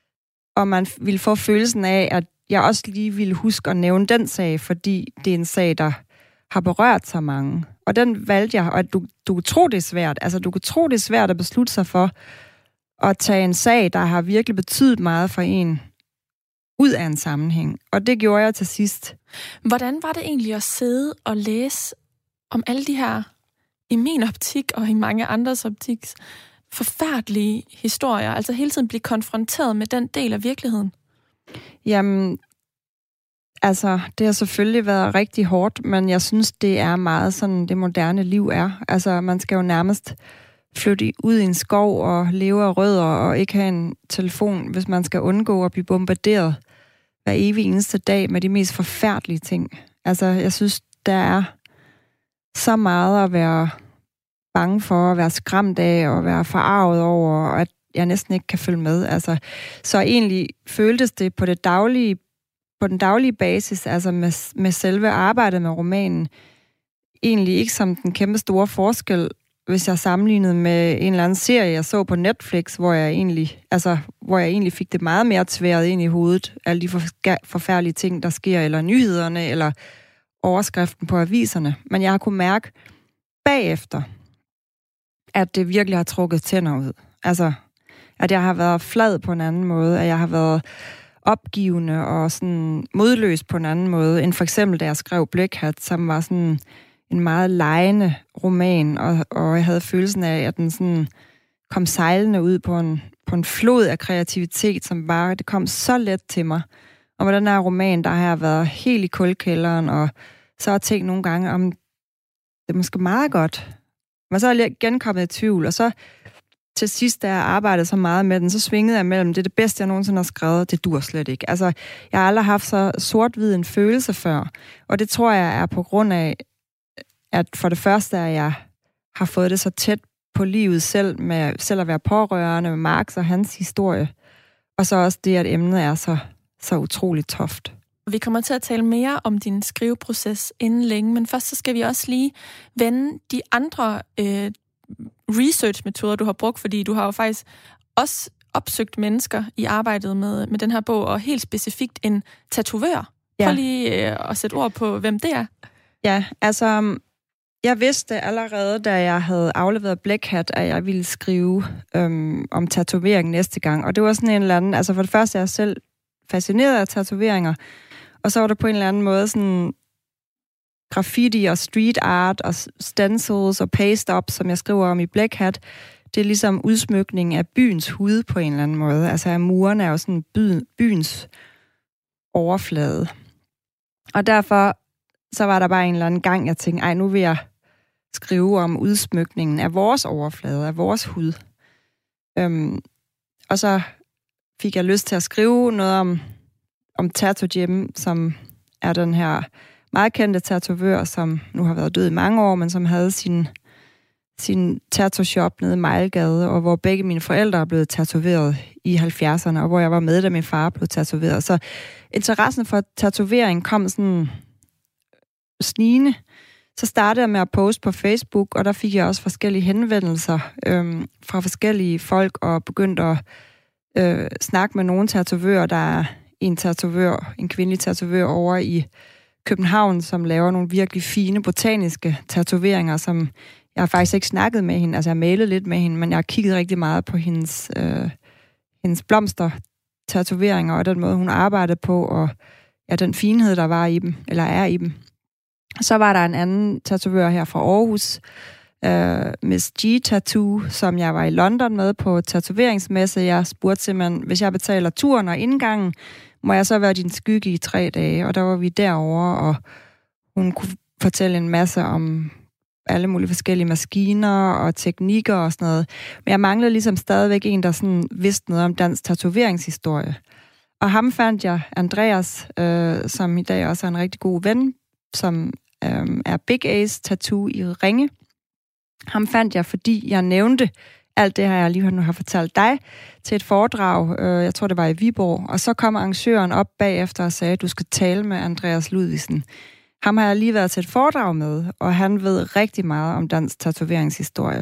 og man ville få følelsen af, at jeg også lige ville huske at nævne den sag, fordi det er en sag, der har berørt så mange. Og den valgte jeg, og du, du kan tro, det er svært. Altså, du kan tro, det er svært at beslutte sig for at tage en sag, der har virkelig betydet meget for en, ud af en sammenhæng. Og det gjorde jeg til sidst. Hvordan var det egentlig at sidde og læse om alle de her, i min optik og i mange andres optik, forfærdelige historier? Altså hele tiden blive konfronteret med den del af virkeligheden? Jamen, altså, det har selvfølgelig været rigtig hårdt, men jeg synes, det er meget sådan, det moderne liv er. Altså, man skal jo nærmest flytte ud i en skov og leve af rødder og ikke have en telefon, hvis man skal undgå at blive bombarderet hver evig eneste dag med de mest forfærdelige ting. Altså, jeg synes, der er så meget at være bange for, at være skræmt af og være forarvet over, at jeg næsten ikke kan følge med. Altså, så egentlig føltes det på det daglige på den daglige basis, altså med, med selve arbejdet med romanen, egentlig ikke som den kæmpe store forskel, hvis jeg sammenlignede med en eller anden serie, jeg så på Netflix, hvor jeg egentlig, altså, hvor jeg egentlig fik det meget mere tværet ind i hovedet, alle de for, forfærdelige ting, der sker, eller nyhederne, eller overskriften på aviserne. Men jeg har kunnet mærke bagefter, at det virkelig har trukket tænder ud. Altså, at jeg har været flad på en anden måde, at jeg har været opgivende og sådan modløs på en anden måde, end for eksempel, da jeg skrev Blækhat, som var sådan en meget legende roman, og, og jeg havde følelsen af, at den sådan kom sejlende ud på en, på en flod af kreativitet, som bare, det kom så let til mig. Og med den her roman, der har jeg været helt i kulkælderen, og så har jeg tænkt nogle gange, om det er måske meget godt, Men så er jeg igen kommet i tvivl, og så til sidst, da jeg arbejdede så meget med den, så svingede jeg mellem, det er det bedste, jeg nogensinde har skrevet, det dur slet ikke. Altså, jeg har aldrig haft så sort-hvid en følelse før, og det tror jeg er på grund af, at for det første, at jeg har fået det så tæt på livet selv, med selv at være pårørende med Marx og hans historie, og så også det, at emnet er så, så utroligt toft. Vi kommer til at tale mere om din skriveproces inden længe, men først så skal vi også lige vende de andre øh, research-metoder, du har brugt, fordi du har jo faktisk også opsøgt mennesker i arbejdet med, med den her bog, og helt specifikt en tatovør. Ja. Prøv lige øh, at sætte ord på, hvem det er. Ja, altså, jeg vidste allerede, da jeg havde afleveret Black Hat, at jeg ville skrive øhm, om tatovering næste gang, og det var sådan en eller anden, altså for det første er jeg selv fascineret af tatoveringer, og så var det på en eller anden måde sådan graffiti og street art og stencils og paste-up, som jeg skriver om i Black Hat. Det er ligesom udsmykning af byens hud på en eller anden måde. Altså murene er jo sådan by, byens overflade. Og derfor så var der bare en eller anden gang, jeg tænkte, ej, nu vil jeg skrive om udsmykningen af vores overflade, af vores hud. Øhm, og så fik jeg lyst til at skrive noget om, om Tattoo Jim, som er den her meget kendte tatovør, som nu har været død i mange år, men som havde sin, sin tattoo-shop nede i Mejlgade, og hvor begge mine forældre er blevet tatoveret i halvfjerdserne, og hvor jeg var med, da min far blev tatoveret. Så interessen for tatovering kom sådan snigende. Så startede jeg med at poste på Facebook, og der fik jeg også forskellige henvendelser øhm, fra forskellige folk, og begyndte at øh, snakke med nogle tatovører. Der er en tatovør, en kvindelig tatovør over i København, som laver nogle virkelig fine botaniske tatoveringer, som jeg har faktisk ikke snakket med hende. Altså, jeg har malet lidt med hende, men jeg har kigget rigtig meget på hendes, øh, hendes blomster-tatoveringer, og den måde, hun arbejdede på, og ja, den finhed, der var i dem, eller er i dem. Så var der en anden tatovør her fra Aarhus, øh, Miss G Tattoo, som jeg var i London med på tatoveringsmesse. Jeg spurgte simpelthen, hvis jeg betaler turen og indgangen, må jeg så være din skygge i tre dage? Og der var vi derovre, og hun kunne fortælle en masse om alle mulige forskellige maskiner og teknikker og sådan noget. Men jeg manglede ligesom stadigvæk en, der sådan vidste noget om dansk tatoveringshistorie. Og ham fandt jeg, Andreas, øh, som i dag også er en rigtig god ven, som øh, er Big Ace Tattoo i Ringe. Ham fandt jeg, fordi jeg nævnte alt det her, jeg lige nu har fortalt dig, til et foredrag, øh, jeg tror det var i Viborg, og så kom arrangøren op bagefter og sagde, at du skal tale med Andreas Ludvigsen. Ham har jeg lige været til et foredrag med, og han ved rigtig meget om dansk tatoveringshistorie.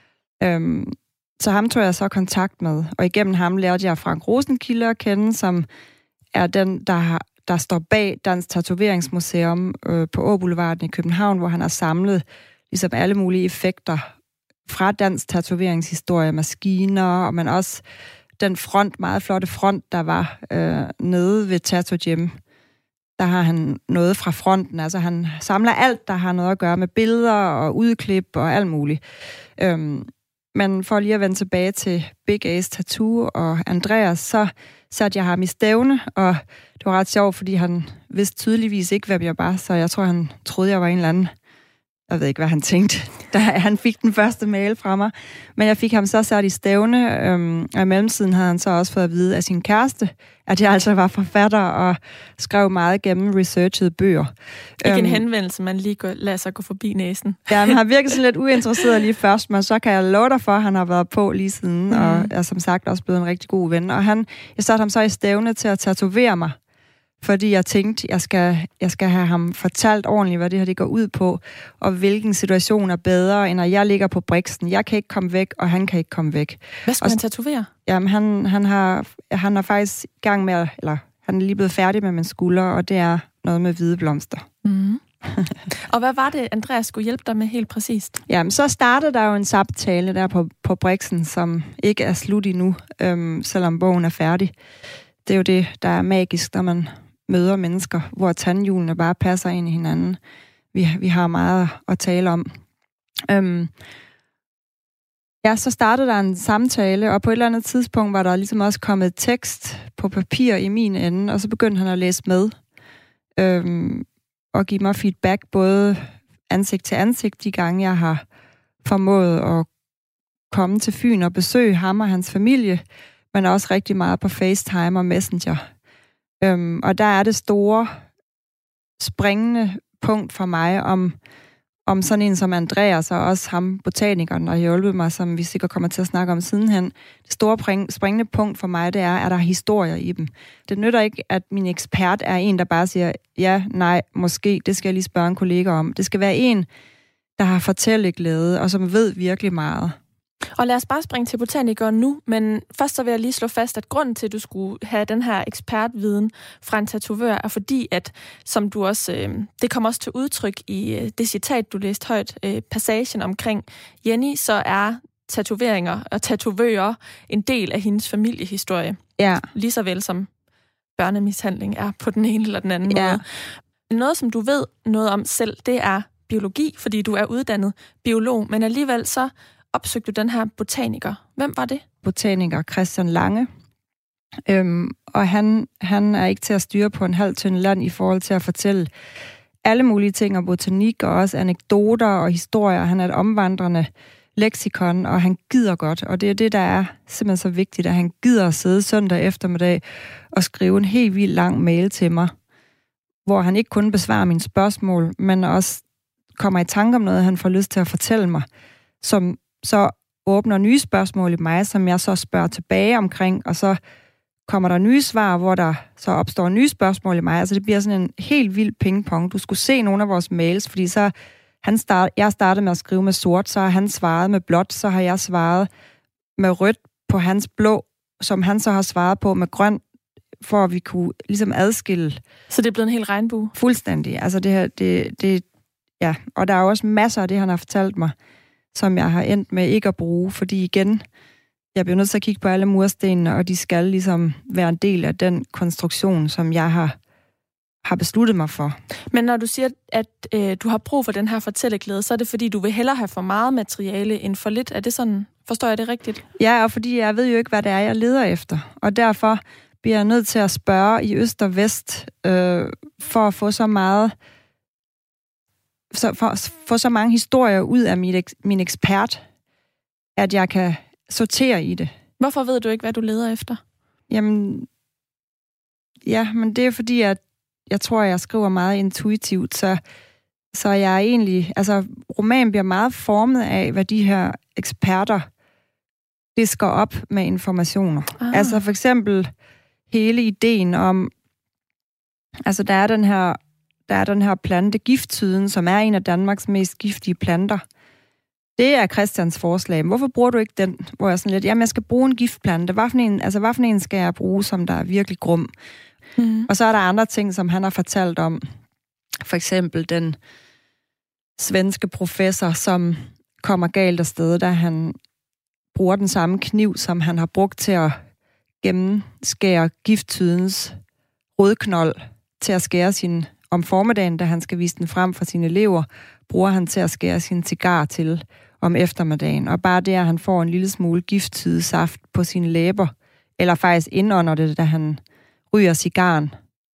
Øhm, så ham tog jeg så kontakt med, og igennem ham lærte jeg Frank Rosenkilde at kende, som er den, der, har, der står bag Dansk Tatoveringsmuseum øh, på Åboulevarden i København, hvor han har samlet ligesom alle mulige effekter fra dansk tatoveringshistorie, maskiner, og men også den front, meget flotte front, der var øh, nede ved Tattoo Jim. Der har han noget fra fronten, altså han samler alt, der har noget at gøre med billeder og udklip og alt muligt. Øhm, men for lige at vende tilbage til Big Ace Tattoo og Andreas, så satte jeg ham i stævne, og det var ret sjovt, fordi han vidste tydeligvis ikke, hvem jeg var, så jeg tror, han troede, jeg var en eller anden. Jeg ved ikke, hvad han tænkte, da han fik den første mail fra mig. Men jeg fik ham så sat i stævne, øhm, og i mellemtiden havde han så også fået at vide af sin kæreste, at jeg altså var forfatter og skrev meget gennem researchede bøger. Ikke øhm, en henvendelse, man lige går, lader sig gå forbi næsen. Ja, han har virkelig sådan lidt uinteresseret lige først, men så kan jeg love dig for, at han har været på lige siden, mm. og er som sagt også blevet en rigtig god ven. Og han, jeg satte ham så i stævne til at tatovere mig, fordi jeg tænkte, jeg skal, jeg skal have ham fortalt ordentligt, hvad det her det går ud på, og hvilken situation er bedre, end at jeg ligger på briksen. Jeg kan ikke komme væk, og han kan ikke komme væk. Hvad skal og, han tatovere? Jamen, han, han, har, han er faktisk i gang med, eller han er lige blevet færdig med min skulder, og det er noget med hvide blomster. Mm. Og hvad var det, Andreas skulle hjælpe dig med helt præcist? Jamen, så startede der jo en samtale der på, på briksen, som ikke er slut endnu, øhm, selvom bogen er færdig. Det er jo det, der er magisk, når man møder mennesker, hvor tandhjulene bare passer ind i hinanden. Vi, vi har meget at tale om. Øhm, ja, så startede der en samtale, og på et eller andet tidspunkt var der ligesom også kommet tekst på papir i min ende, og så begyndte han at læse med. Øhm, og give mig feedback, både ansigt til ansigt, de gange jeg har formået at komme til Fyn og besøge ham og hans familie, men også rigtig meget på FaceTime og Messenger. Øhm, og der er det store, springende punkt for mig, om, om sådan en som Andreas, og også ham, botanikeren, der har hjulpet mig, som vi sikkert kommer til at snakke om sidenhen. Det store springende punkt for mig, det er, at der er historier i dem. Det nytter ikke, at min ekspert er en, der bare siger, ja, nej, måske, det skal jeg lige spørge en kollega om. Det skal være en, der har fortælleglæde, og som ved virkelig meget. Og lad os bare springe til botanikeren nu, men først så vil jeg lige slå fast, at grunden til, at du skulle have den her ekspertviden fra en tatovør, er fordi, at som du også, øh, det kommer også til udtryk i øh, det citat, du læste højt, øh, passagen omkring Jenny, så er tatoveringer og tatovører en del af hendes familiehistorie. Ja. Lige så vel som børnemishandling er på den ene eller den anden ja. måde. Noget, som du ved noget om selv, det er biologi, fordi du er uddannet biolog, men alligevel så opsøgte du den her botaniker. Hvem var det? Botaniker Christian Lange. Øhm, og han, han er ikke til at styre på en halv tynd land i forhold til at fortælle alle mulige ting om botanik, og også anekdoter og historier. Han er et omvandrende leksikon, og han gider godt. Og det er det, der er simpelthen så vigtigt, at han gider at sidde søndag eftermiddag og skrive en helt vildt lang mail til mig, hvor han ikke kun besvarer mine spørgsmål, men også kommer i tanke om noget, han får lyst til at fortælle mig, som så åbner nye spørgsmål i mig, som jeg så spørger tilbage omkring, og så kommer der nye svar, hvor der så opstår nye spørgsmål i mig. Altså det bliver sådan en helt vild pingpong. Du skulle se nogle af vores mails, fordi så han start, jeg startede med at skrive med sort, så har han svaret med blåt, så har jeg svaret med rødt på hans blå, som han så har svaret på med grøn, for at vi kunne ligesom adskille. Så det er blevet en hel regnbue? Fuldstændig. Altså det her, det, det, ja. Og der er også masser af det, han har fortalt mig, som jeg har endt med ikke at bruge, fordi igen, jeg bliver nødt til at kigge på alle murstenene, og de skal ligesom være en del af den konstruktion, som jeg har, har besluttet mig for. Men når du siger, at øh, du har brug for den her fortælleglæde, så er det fordi, du vil hellere have for meget materiale end for lidt. Er det sådan, forstår jeg det rigtigt? Ja, og fordi jeg ved jo ikke, hvad det er, jeg leder efter. Og derfor bliver jeg nødt til at spørge i øst og vest, øh, for at få så meget... Så for at få så mange historier ud af min, eks, min ekspert, at jeg kan sortere i det. Hvorfor ved du ikke, hvad du leder efter? Jamen, ja, men det er fordi, at jeg tror, at jeg skriver meget intuitivt, så, så jeg er egentlig, altså romanen bliver meget formet af, hvad de her eksperter disker op med informationer. Ah. Altså for eksempel hele ideen om, altså der er den her Der er den her plante gifttyden, som er en af Danmarks mest giftige planter. Det er Christians forslag. Hvorfor bruger du ikke den? Hvor jeg sådan lidt, jamen jeg skal bruge en giftplante. Hvad for en, altså, hvad for en skal jeg bruge, som der er virkelig grum? Mm. Og så er der andre ting, som han har fortalt om. For eksempel den svenske professor, som kommer galt afsted, da han bruger den samme kniv, som han har brugt til at gennemskære gifttydens rodknold til at skære sin... Om formiddagen, da han skal vise den frem for sine elever, bruger han til at skære sin cigar til om eftermiddagen. Og bare det, at han får en lille smule gifttydesaft på sine læber, eller faktisk indånder det, da han ryger cigaren,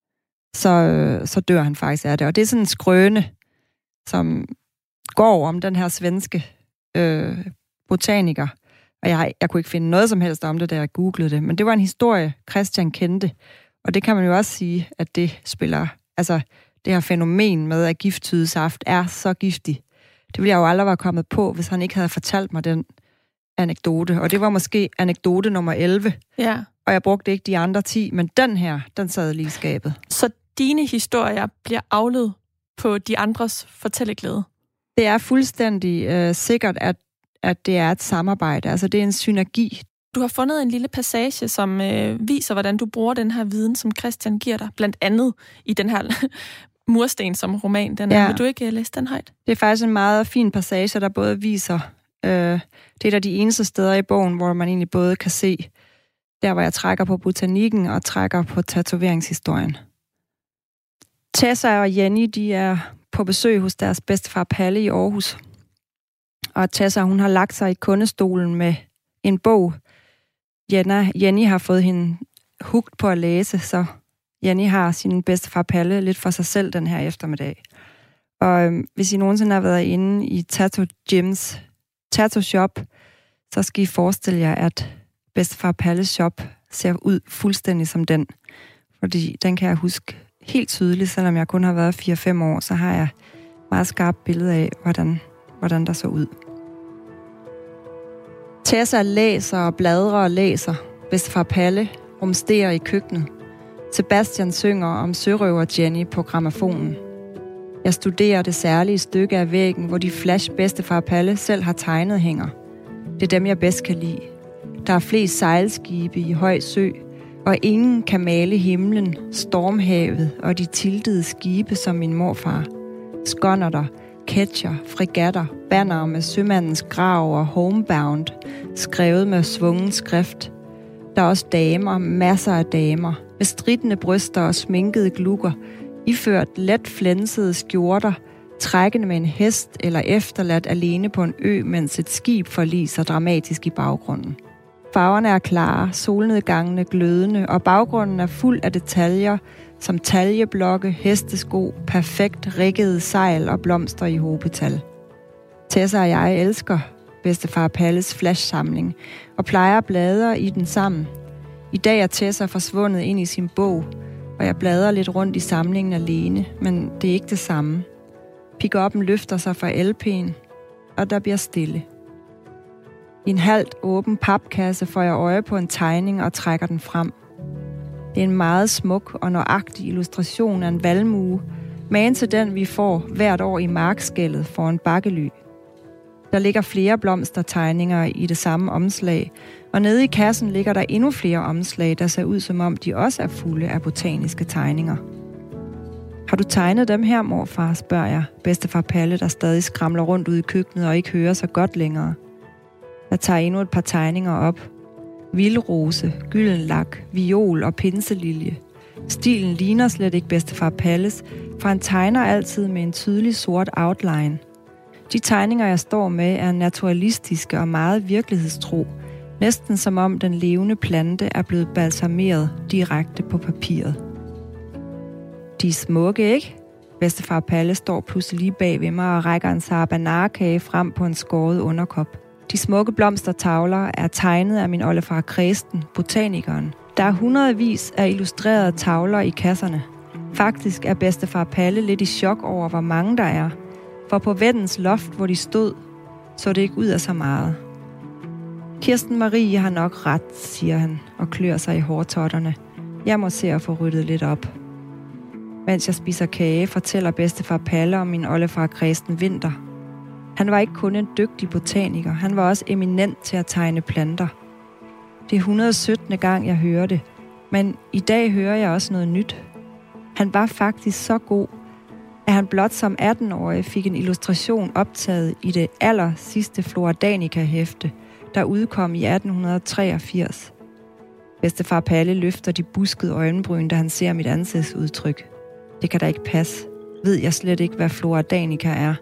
så, så dør han faktisk af det. Og det er sådan en skrøne, som går om den her svenske øh, botaniker. Og jeg, jeg kunne ikke finde noget som helst om det, da jeg googlede det. Men det var en historie, Christian kendte. Og det kan man jo også sige, at det spiller... Altså, det her fænomen med, at gifttydesaft er så giftig. Det ville jeg jo aldrig være kommet på, hvis han ikke havde fortalt mig den anekdote. Og det var måske anekdote nummer elleve. Ja. Og jeg brugte ikke de andre ti, men den her, den sad lige i skabet. Så dine historier bliver afledt på de andres fortælleglæde? Det er fuldstændig øh, sikkert, at, at det er et samarbejde. Altså, det er en synergi. Du har fundet en lille passage, som øh, viser, hvordan du bruger den her viden, som Christian giver dig, blandt andet i den her mursten som roman. Den er. Ja. Vil du ikke læse den højt? Det er faktisk en meget fin passage, der både viser, øh, det er et af de eneste steder i bogen, hvor man egentlig både kan se, der hvor jeg trækker på botanikken og trækker på tatoveringshistorien. Tessa og Jenny, de er på besøg hos deres bedstefar Palle i Aarhus. Og Tessa, hun har lagt sig i kundestolen med en bog. Jenna, Jenny har fået hende hugt på at læse, så Jenny har sin bedstefar Palle lidt for sig selv den her eftermiddag. Og øhm, hvis I nogensinde har været inde i Tattoo Gyms, Tattoo Shop, så skal I forestille jer, at bedstefar Palles shop ser ud fuldstændig som den. Fordi den kan jeg huske helt tydeligt, selvom jeg kun har været fire fem år, så har jeg meget skarpt billede af, hvordan, hvordan der så ud. Tessa læser og bladrer og læser. Bedstefar Palle rumsterer i køkkenet. Sebastian synger om sørøver Jenny på grammofonen. Jeg studerer det særlige stykke af væggen, hvor de flash bedstefar Palle selv har tegnet hænger. Det er dem, jeg bedst kan lide. Der er flest sejlskibe i høj sø, og ingen kan male himlen, stormhavet og de tiltede skibe som min morfar. Skonnerter, ketcher, fregatter, bannere med sømandens grav og homebound, skrevet med svungen skrift. Der er også damer, masser af damer, med stridende bryster og sminkede glukker, iført let flænsede skjorter, trækkende med en hest eller efterladt alene på en ø, mens et skib forliser dramatisk i baggrunden. Farverne er klare, solnedgangene glødende, og baggrunden er fuld af detaljer, som taljeblokke, hestesko, perfekt riggede sejl og blomster i hobetal. Tessa og jeg elsker bedstefar Palles flashsamling og plejer at bladre i den sammen. I dag er Tessa forsvundet ind i sin bog, og jeg bladrer lidt rundt i samlingen alene, men det er ikke det samme. Pick-up'en løfter sig fra L P'en, og der bliver stille. I en halvt åben papkasse får jeg øje på en tegning og trækker den frem. Det er en meget smuk og nøjagtig illustration af en valmue, magen til den, vi får hvert år i markskellet foran Bakkely. Der ligger flere blomstertegninger i det samme omslag, og nede i kassen ligger der endnu flere omslag, der ser ud som om de også er fulde af botaniske tegninger. Har du tegnet dem her, morfar, spørger jeg, bedstefar Palle, der stadig skramler rundt ude i køkkenet og ikke hører så godt længere. Jeg tager endnu et par tegninger op. Vildrose, gyldenlak, viol og pinselilje. Stilen ligner slet ikke bedstefar Palles, for han tegner altid med en tydelig sort outline. De tegninger, jeg står med, er naturalistiske og meget virkelighedstro, næsten som om den levende plante er blevet balsameret direkte på papiret. De er smukke, ikke? Bedstefar Palle står pludselig lige bag ved mig og rækker en sarbanarkage frem på en skåret underkop. De smukke blomstertavler er tegnet af min oldefar Kresten, botanikeren. Der er hundredvis af illustrerede tavler i kasserne. Faktisk er bedstefar Palle lidt i chok over, hvor mange der er. For på væddens loft, hvor de stod, så det ikke ud af så meget. Kirsten Marie har nok ret, siger han og klør sig i hårtotterne. Jeg må se at få ryddet lidt op. Mens jeg spiser kage, fortæller bedstefar Palle om min oldefar Kresten Vinter. Han var ikke kun en dygtig botaniker, han var også eminent til at tegne planter. Det er et hundrede og syttende gang, jeg hører det, men i dag hører jeg også noget nyt. Han var faktisk så god, at han blot som atten-årig fik en illustration optaget i det aller sidste Flora Danica-hæfte, der udkom i atten treogfirs. Bedstefar Palle løfter de buskede øjenbryn, da han ser mit ansigtsudtryk. Det kan da ikke passe. Ved jeg slet ikke, hvad Flora Danica er.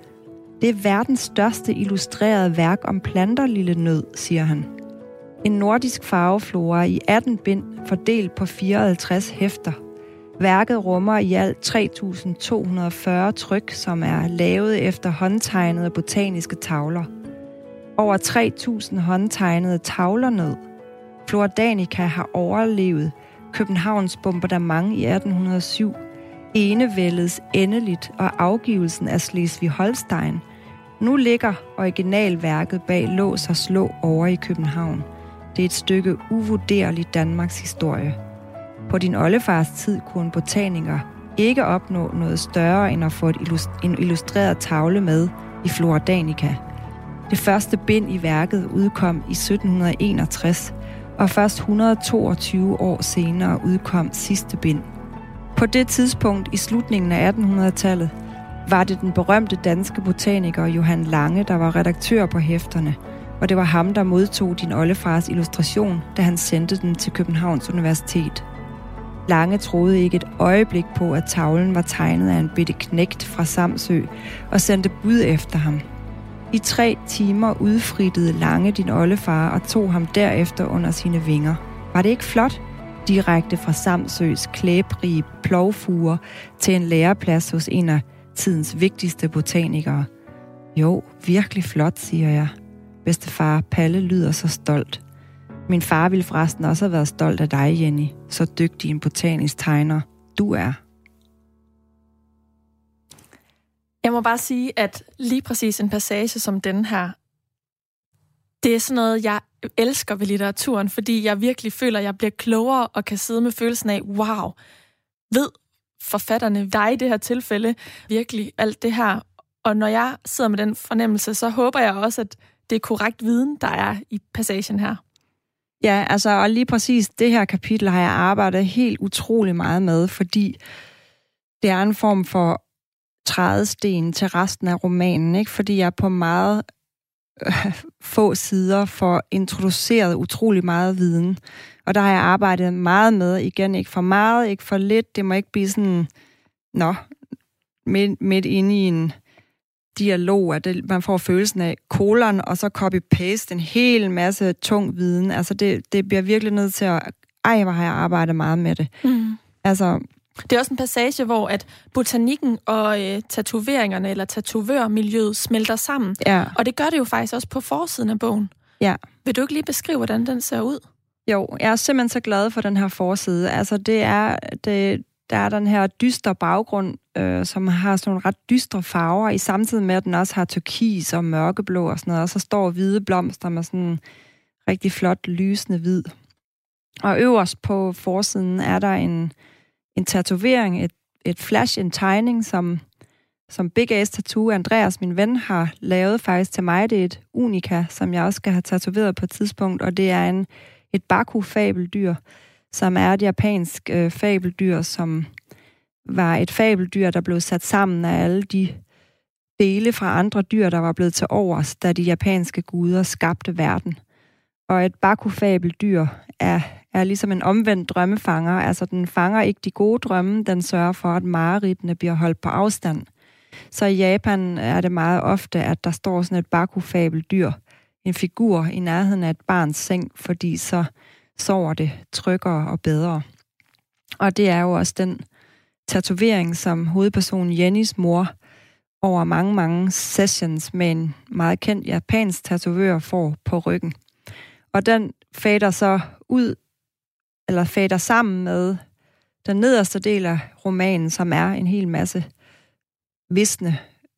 Det er verdens største illustrerede værk om planter, lille nød, siger han. En nordisk farveflora i atten bind, fordelt på fireoghalvtreds hæfter. Værket rummer i alt tre tusind to hundrede og fyrre tryk, som er lavet efter håndtegnede botaniske tavler. Over tre tusind håndtegnede tavler ned. Flora Danica har overlevet Københavns bombardement i atten hundrede og syv, enevældets endeligt og afgivelsen af Slesvig-Holstein. Nu ligger originalværket bag lås og slå over i København. Det er et stykke uvurderlig Danmarks historie. På din oldefars tid kunne en botaniker ikke opnå noget større end at få et illust- en illustreret tavle med i Flora Danica. Det første bind i værket udkom i sytten enogtres, og først et hundrede og toogtyve år senere udkom sidste bind. På det tidspunkt i slutningen af attenhundredetallet var det den berømte danske botaniker Johan Lange, der var redaktør på hæfterne, og det var ham, der modtog din oldefars illustration, da han sendte den til Københavns Universitet. Lange troede ikke et øjeblik på, at tavlen var tegnet af en bitte knægt fra Samsø, og sendte bud efter ham. I tre timer udfrittede Lange din oldefar og tog ham derefter under sine vinger. Var det ikke flot? Direkte fra Samsøs klæbrige plovfuger til en læreplads hos en af tidens vigtigste botanikere. Jo, virkelig flot, siger jeg. Bedstefar Palle lyder så stolt. Min far ville forresten også have været stolt af dig, Jenny. Så dygtig en botanisk tegner du er. Jeg må bare sige, at lige præcis en passage som den her, det er sådan noget, jeg elsker ved litteraturen, fordi jeg virkelig føler, at jeg bliver klogere og kan sidde med følelsen af, wow, ved forfatterne, dig i det her tilfælde, virkelig alt det her. Og når jeg sidder med den fornemmelse, så håber jeg også, at det er korrekt viden, der er i passagen her. Ja, altså, og lige præcis det her kapitel har jeg arbejdet helt utrolig meget med, fordi det er en form for trædesten til resten af romanen, ikke? Fordi jeg på meget øh, få sider får introduceret utrolig meget viden. Og der har jeg arbejdet meget med, igen, ikke for meget, ikke for lidt. Det må ikke blive sådan, nå, midt, midt inde i en dialog, at det, man får følelsen af kolon, og så copy-paste en hel masse tung viden. Altså, det, det bliver virkelig nødt til at... Ej, hvor har jeg arbejdet meget med det. Mm. Altså... Det er også en passage, hvor at botanikken og øh, tatoveringerne eller tatovørmiljøet smelter sammen. Ja. Og det gør det jo faktisk også på forsiden af bogen. Ja. Vil du ikke lige beskrive, hvordan den ser ud? Jo, jeg er simpelthen så glad for den her forside. Altså, det er, det, der er den her dystre baggrund, øh, som har sådan nogle ret dystre farver, i samtidig med, at den også har turkis og mørkeblå og sådan noget, og så står hvide blomster med sådan en rigtig flot, lysende hvid. Og øverst på forsiden er der en, en tatovering, et, et flash, en tegning, som, som Big Ace Tattoo, Andreas, min ven, har lavet faktisk til mig. Det er et unika, som jeg også skal have tatoveret på et tidspunkt, og det er en et baku-fabeldyr, som er et japansk øh, fabeldyr, som var et fabeldyr, der blev sat sammen af alle de dele fra andre dyr, der var blevet til overs, da de japanske guder skabte verden. Og et baku-fabeldyr er, er ligesom en omvendt drømmefanger. Altså, den fanger ikke de gode drømme, den sørger for, at mareridtene bliver holdt på afstand. Så i Japan er det meget ofte, at der står sådan et baku-fabeldyr, en figur i nærheden af et barns seng, fordi så sover det tryggere og bedre. Og det er jo også den tatovering, som hovedpersonen Jennys mor over mange, mange sessions med en meget kendt japansk tatovør får på ryggen. Og den fader så ud, eller fader sammen med den nederste del af romanen, som er en hel masse visne,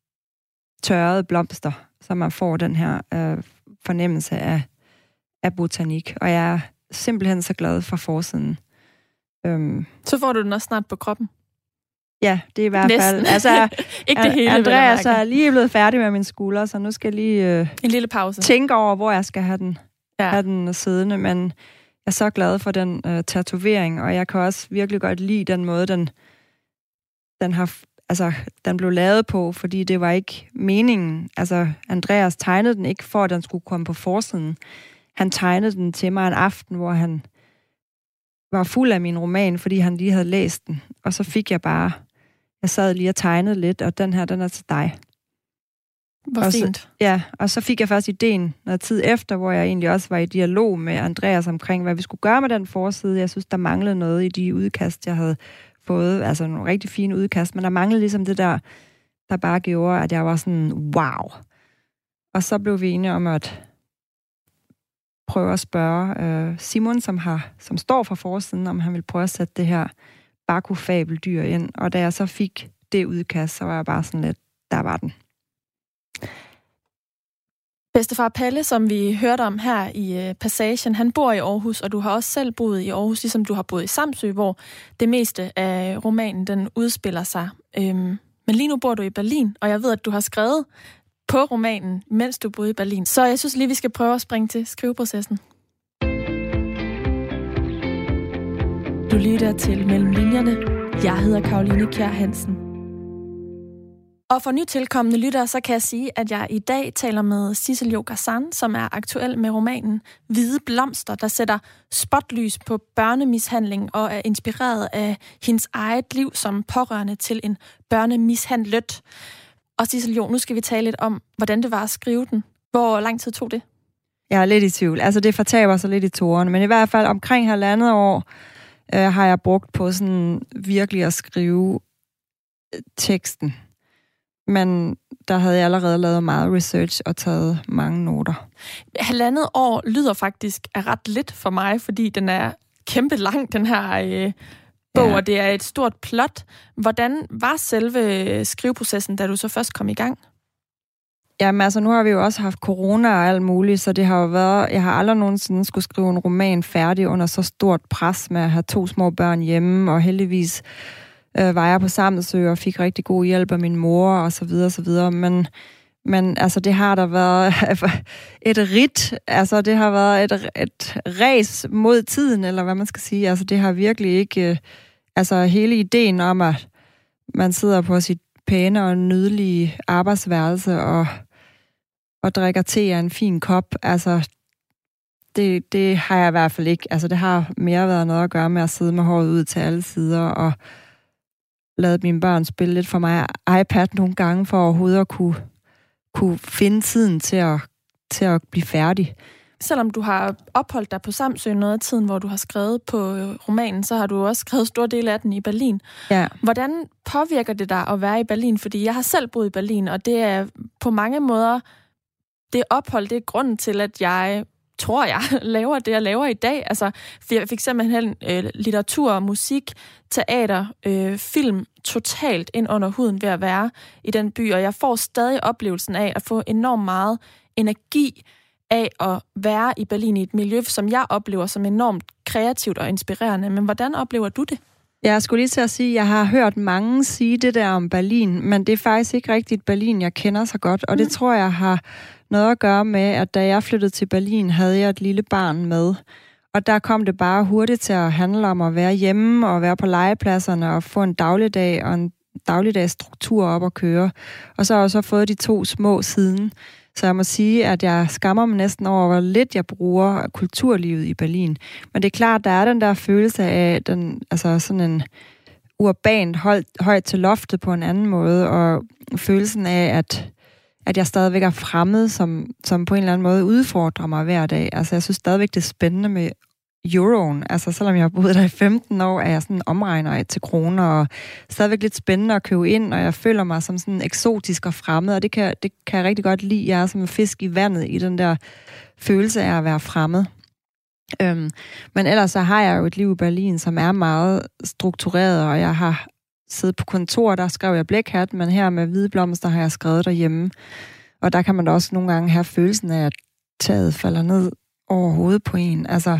tørrede blomster, så man får den her øh, fornemmelse af, af botanik. Og jeg er simpelthen så glad for forsiden. Øhm. Så får du den også snart på kroppen? Ja, det er i hvert Næsten. fald. Altså, ikke det hele, Andreas er lige blevet færdig med min skulder, så nu skal jeg lige øh, en lille pause. Tænke over, hvor jeg skal have den, ja. have den siddende. Men jeg er så glad for den øh, tatovering, og jeg kan også virkelig godt lide den måde, den, den har... Altså, den blev lavet på, fordi det var ikke meningen. Altså, Andreas tegnede den ikke for, at den skulle komme på forsiden. Han tegnede den til mig en aften, hvor han var fuld af min roman, fordi han lige havde læst den. Og så fik jeg bare... Jeg sad lige og tegnede lidt, og den her, den er til dig. Hvor og fint. Så, ja, og så fik jeg først ideen noget tid efter, hvor jeg egentlig også var i dialog med Andreas omkring, hvad vi skulle gøre med den forside. Jeg synes, der manglede noget i de udkast, jeg havde fået, altså nogle rigtig fine udkast, men der manglede ligesom det der, der bare gjorde, at jeg var sådan, wow. Og så blev vi enige om at prøve at spørge øh, Simon, som, har, som står for forsiden, om han ville prøve at sætte det her baku-fabeldyr ind. Og da jeg så fik det udkast, så var jeg bare sådan lidt, der var den. Bedstefar Palle, som vi hørte om her i passagen, han bor i Aarhus, og du har også selv boet i Aarhus, ligesom du har boet i Samsø, hvor det meste af romanen, den udspiller sig. Øhm, men lige nu bor du i Berlin, og jeg ved, at du har skrevet på romanen, mens du boede i Berlin. Så jeg synes lige, vi skal prøve at springe til skriveprocessen. Du lytter til Mellem Linjerne. Jeg hedder Karoline Kjær Hansen. Og for nytilkommende lyttere, så kan jeg sige, at jeg i dag taler med Sissel Jo Gazan, som er aktuel med romanen Hvide Blomster, der sætter spotlys på børnemishandling og er inspireret af hendes eget liv som pårørende til en børnemishandlet. Og Sissel Jo, nu skal vi tale lidt om, hvordan det var at skrive den. Hvor lang tid tog det? Jeg er lidt i tvivl. Altså, det fortaber sig lidt i toren, men i hvert fald omkring halvandet år øh, har jeg brugt på sådan virkelig at skrive teksten. men der havde jeg allerede lavet meget research og taget mange noter. Halvandet år lyder faktisk er ret lidt for mig, fordi den er kæmpe lang, den her øh, bog, ja. Og det er et stort plot. Hvordan var selve skriveprocessen, da du så først kom i gang? Jamen altså, nu har vi jo også haft corona og alt muligt, så det har jo været, jeg har aldrig nogensinde skulle skrive en roman færdig under så stort pres med at have to små børn hjemme, og heldigvis øh, var jeg på Samsø og fik rigtig god hjælp af min mor og så videre, så videre. Men, men altså, det har der været et ridt, altså det har været et, et race mod tiden, eller hvad man skal sige. Altså det har virkelig ikke, øh, altså hele ideen om, at man sidder på sit pæne og nydelige arbejdsværelse og, og drikker te af en fin kop, altså det, det har jeg i hvert fald ikke. Altså det har mere været noget at gøre med at sidde med håret ud til alle sider og lade mine børn spille lidt for mig iPad nogle gange for overhovedet at kunne, kunne finde tiden til at, til at blive færdig. Selvom du har opholdt dig på Samsø noget af tiden, hvor du har skrevet på romanen, så har du også skrevet store dele af den i Berlin. Ja. Hvordan påvirker det dig at være i Berlin? Fordi jeg har selv boet i Berlin, og det er på mange måder, det ophold, det er grunden til, at jeg tror, jeg laver det, jeg laver i dag. Altså, jeg fik simpelthen øh, litteratur, musik, teater, øh, film totalt ind under huden ved at være i den by, og jeg får stadig oplevelsen af at få enormt meget energi af at være i Berlin i et miljø, som jeg oplever som enormt kreativt og inspirerende. Men hvordan oplever du det? Jeg skulle lige til at sige, at jeg har hørt mange sige det der om Berlin, men det er faktisk ikke rigtigt Berlin, jeg kender så godt. Og det mm. tror jeg har noget at gøre med, at da jeg flyttede til Berlin, havde jeg et lille barn med. Og der kom det bare hurtigt til at handle om at være hjemme og være på legepladserne og få en dagligdag og en dagligdags struktur op at køre. Og så har jeg så fået de to små siden. Så jeg må sige, at jeg skammer mig næsten over, hvor lidt jeg bruger kulturlivet i Berlin. Men det er klart, der er den der følelse af den, altså sådan en urbant højt, højt til loftet på en anden måde, og følelsen af, at, at jeg stadigvæk er fremmed, som, som på en eller anden måde udfordrer mig hver dag. Altså jeg synes stadigvæk, det er spændende med euroen. Altså selvom jeg har boet der i femten år, er jeg sådan omregner til kroner, og stadigvæk lidt spændende at købe ind, og jeg føler mig som sådan eksotisk og fremmed, og det kan, det kan jeg rigtig godt lide. Jeg er som en fisk i vandet i den der følelse af at være fremmed. Øhm, men ellers så har jeg jo et liv i Berlin, som er meget struktureret, og jeg har siddet på kontor, der skrev jeg blækhat, men her med hvide blomster har jeg skrevet derhjemme. Og der kan man da også nogle gange have følelsen af, at taget falder ned over hovedet på en. Altså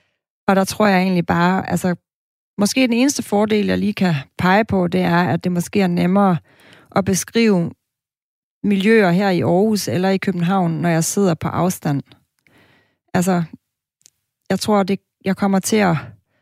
Og der tror jeg egentlig bare, altså måske den eneste fordel, jeg lige kan pege på, det er, at det måske er nemmere at beskrive miljøer her i Aarhus eller i København, når jeg sidder på afstand. Altså, jeg tror, det, jeg kommer til at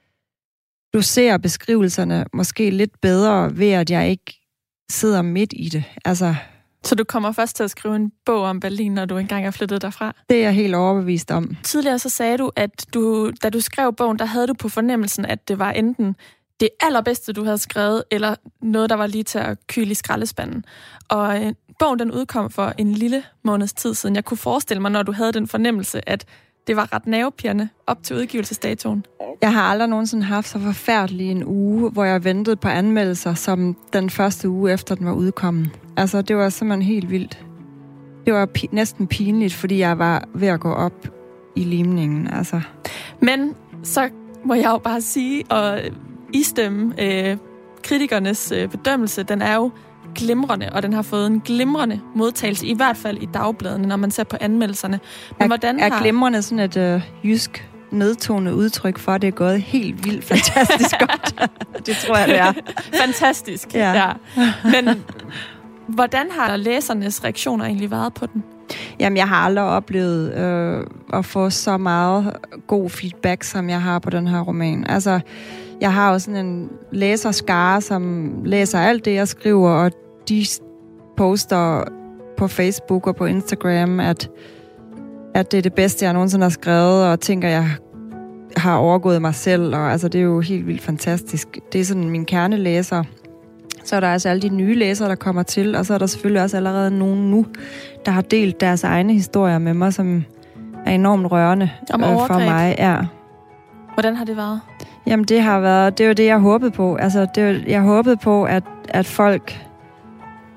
dosere beskrivelserne måske lidt bedre ved, at jeg ikke sidder midt i det. Altså, så du kommer først til at skrive en bog om Berlin, når du engang er flyttet derfra? Det er jeg helt overbevist om. Tidligere så sagde du, at du, da du skrev bogen, der havde du på fornemmelsen, at det var enten det allerbedste, du havde skrevet, eller noget, der var lige til at kyle i skraldespanden. Og øh, bogen, den udkom for en lille måneds tid siden. Jeg kunne forestille mig, når du havde den fornemmelse, at det var ret nervepirrende op til udgivelsesdatoen. Jeg har aldrig nogensinde haft så forfærdelig en uge, hvor jeg ventede på anmeldelser, som den første uge efter den var udkommet. Altså, det var simpelthen helt vildt. Det var pi- næsten pinligt, fordi jeg var ved at gå op i limningen. Altså. Men så må jeg jo bare sige, og istemme øh, kritikernes øh, bedømmelse, den er jo glimrende, og den har fået en glimrende modtagelse, i hvert fald i dagbladene, når man ser på anmeldelserne. Men er, hvordan er har... glimrende sådan et øh, jysk nedtonet udtryk for, at det er gået helt vildt fantastisk godt? Det tror jeg, det er. Fantastisk, ja. ja. Men hvordan har læsernes reaktioner egentlig været på den? Jamen, jeg har aldrig oplevet øh, at få så meget god feedback, som jeg har på den her roman. Altså, jeg har jo sådan en læserskare, som læser alt det, jeg skriver, og de poster på Facebook og på Instagram, at, at det er det bedste, jeg nogensinde har skrevet, og tænker, jeg har overgået mig selv, og altså, det er jo helt vildt fantastisk. Det er sådan min kernelæser. Så er der altså alle de nye læsere, der kommer til, og så er der selvfølgelig også allerede nogen nu, der har delt deres egne historier med mig, som er enormt rørende øh, for mig. Ja. Hvordan har det været? Jamen, det har været, det er jo det, jeg håbede på. Altså, det er, jeg håbede på, at, at folk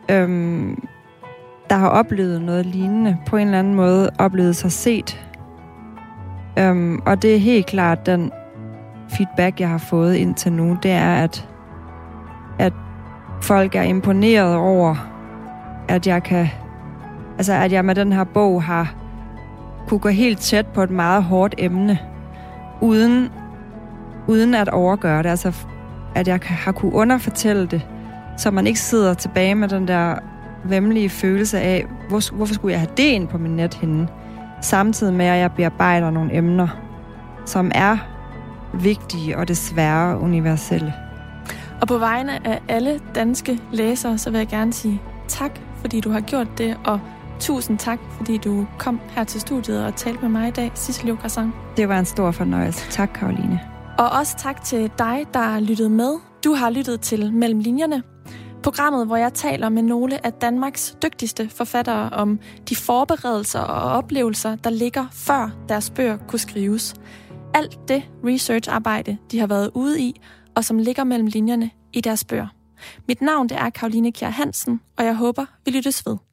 øhm, der har oplevet noget lignende, på en eller anden måde oplevet sig set. Øhm, og det er helt klart den feedback, jeg har fået indtil nu, det er, at, at folk er imponeret over, at jeg kan, altså at jeg med den her bog har kunne gå helt tæt på et meget hårdt emne, uden, uden at overgøre det. Altså, at jeg har kunne underfortælle det, så man ikke sidder tilbage med den der væmmelige følelse af, hvor, hvorfor skulle jeg have det ind på min nethinde, samtidig med, at jeg bearbejder nogle emner, som er vigtige og desværre universelle. Og på vegne af alle danske læsere, så vil jeg gerne sige tak, fordi du har gjort det, og tusind tak, fordi du kom her til studiet og talte med mig i dag, Sissel Okrason. Det var en stor fornøjelse. Tak, Karoline. Og også tak til dig, der lyttede med. Du har lyttet til Mellem Linjerne, programmet, hvor jeg taler med nogle af Danmarks dygtigste forfattere om de forberedelser og oplevelser, der ligger før deres bøger kunne skrives. Alt det researcharbejde, de har været ude i, og som ligger mellem linjerne i deres bøger. Mit navn det er Karoline Kjær Hansen, og jeg håber, vi lyttes ved.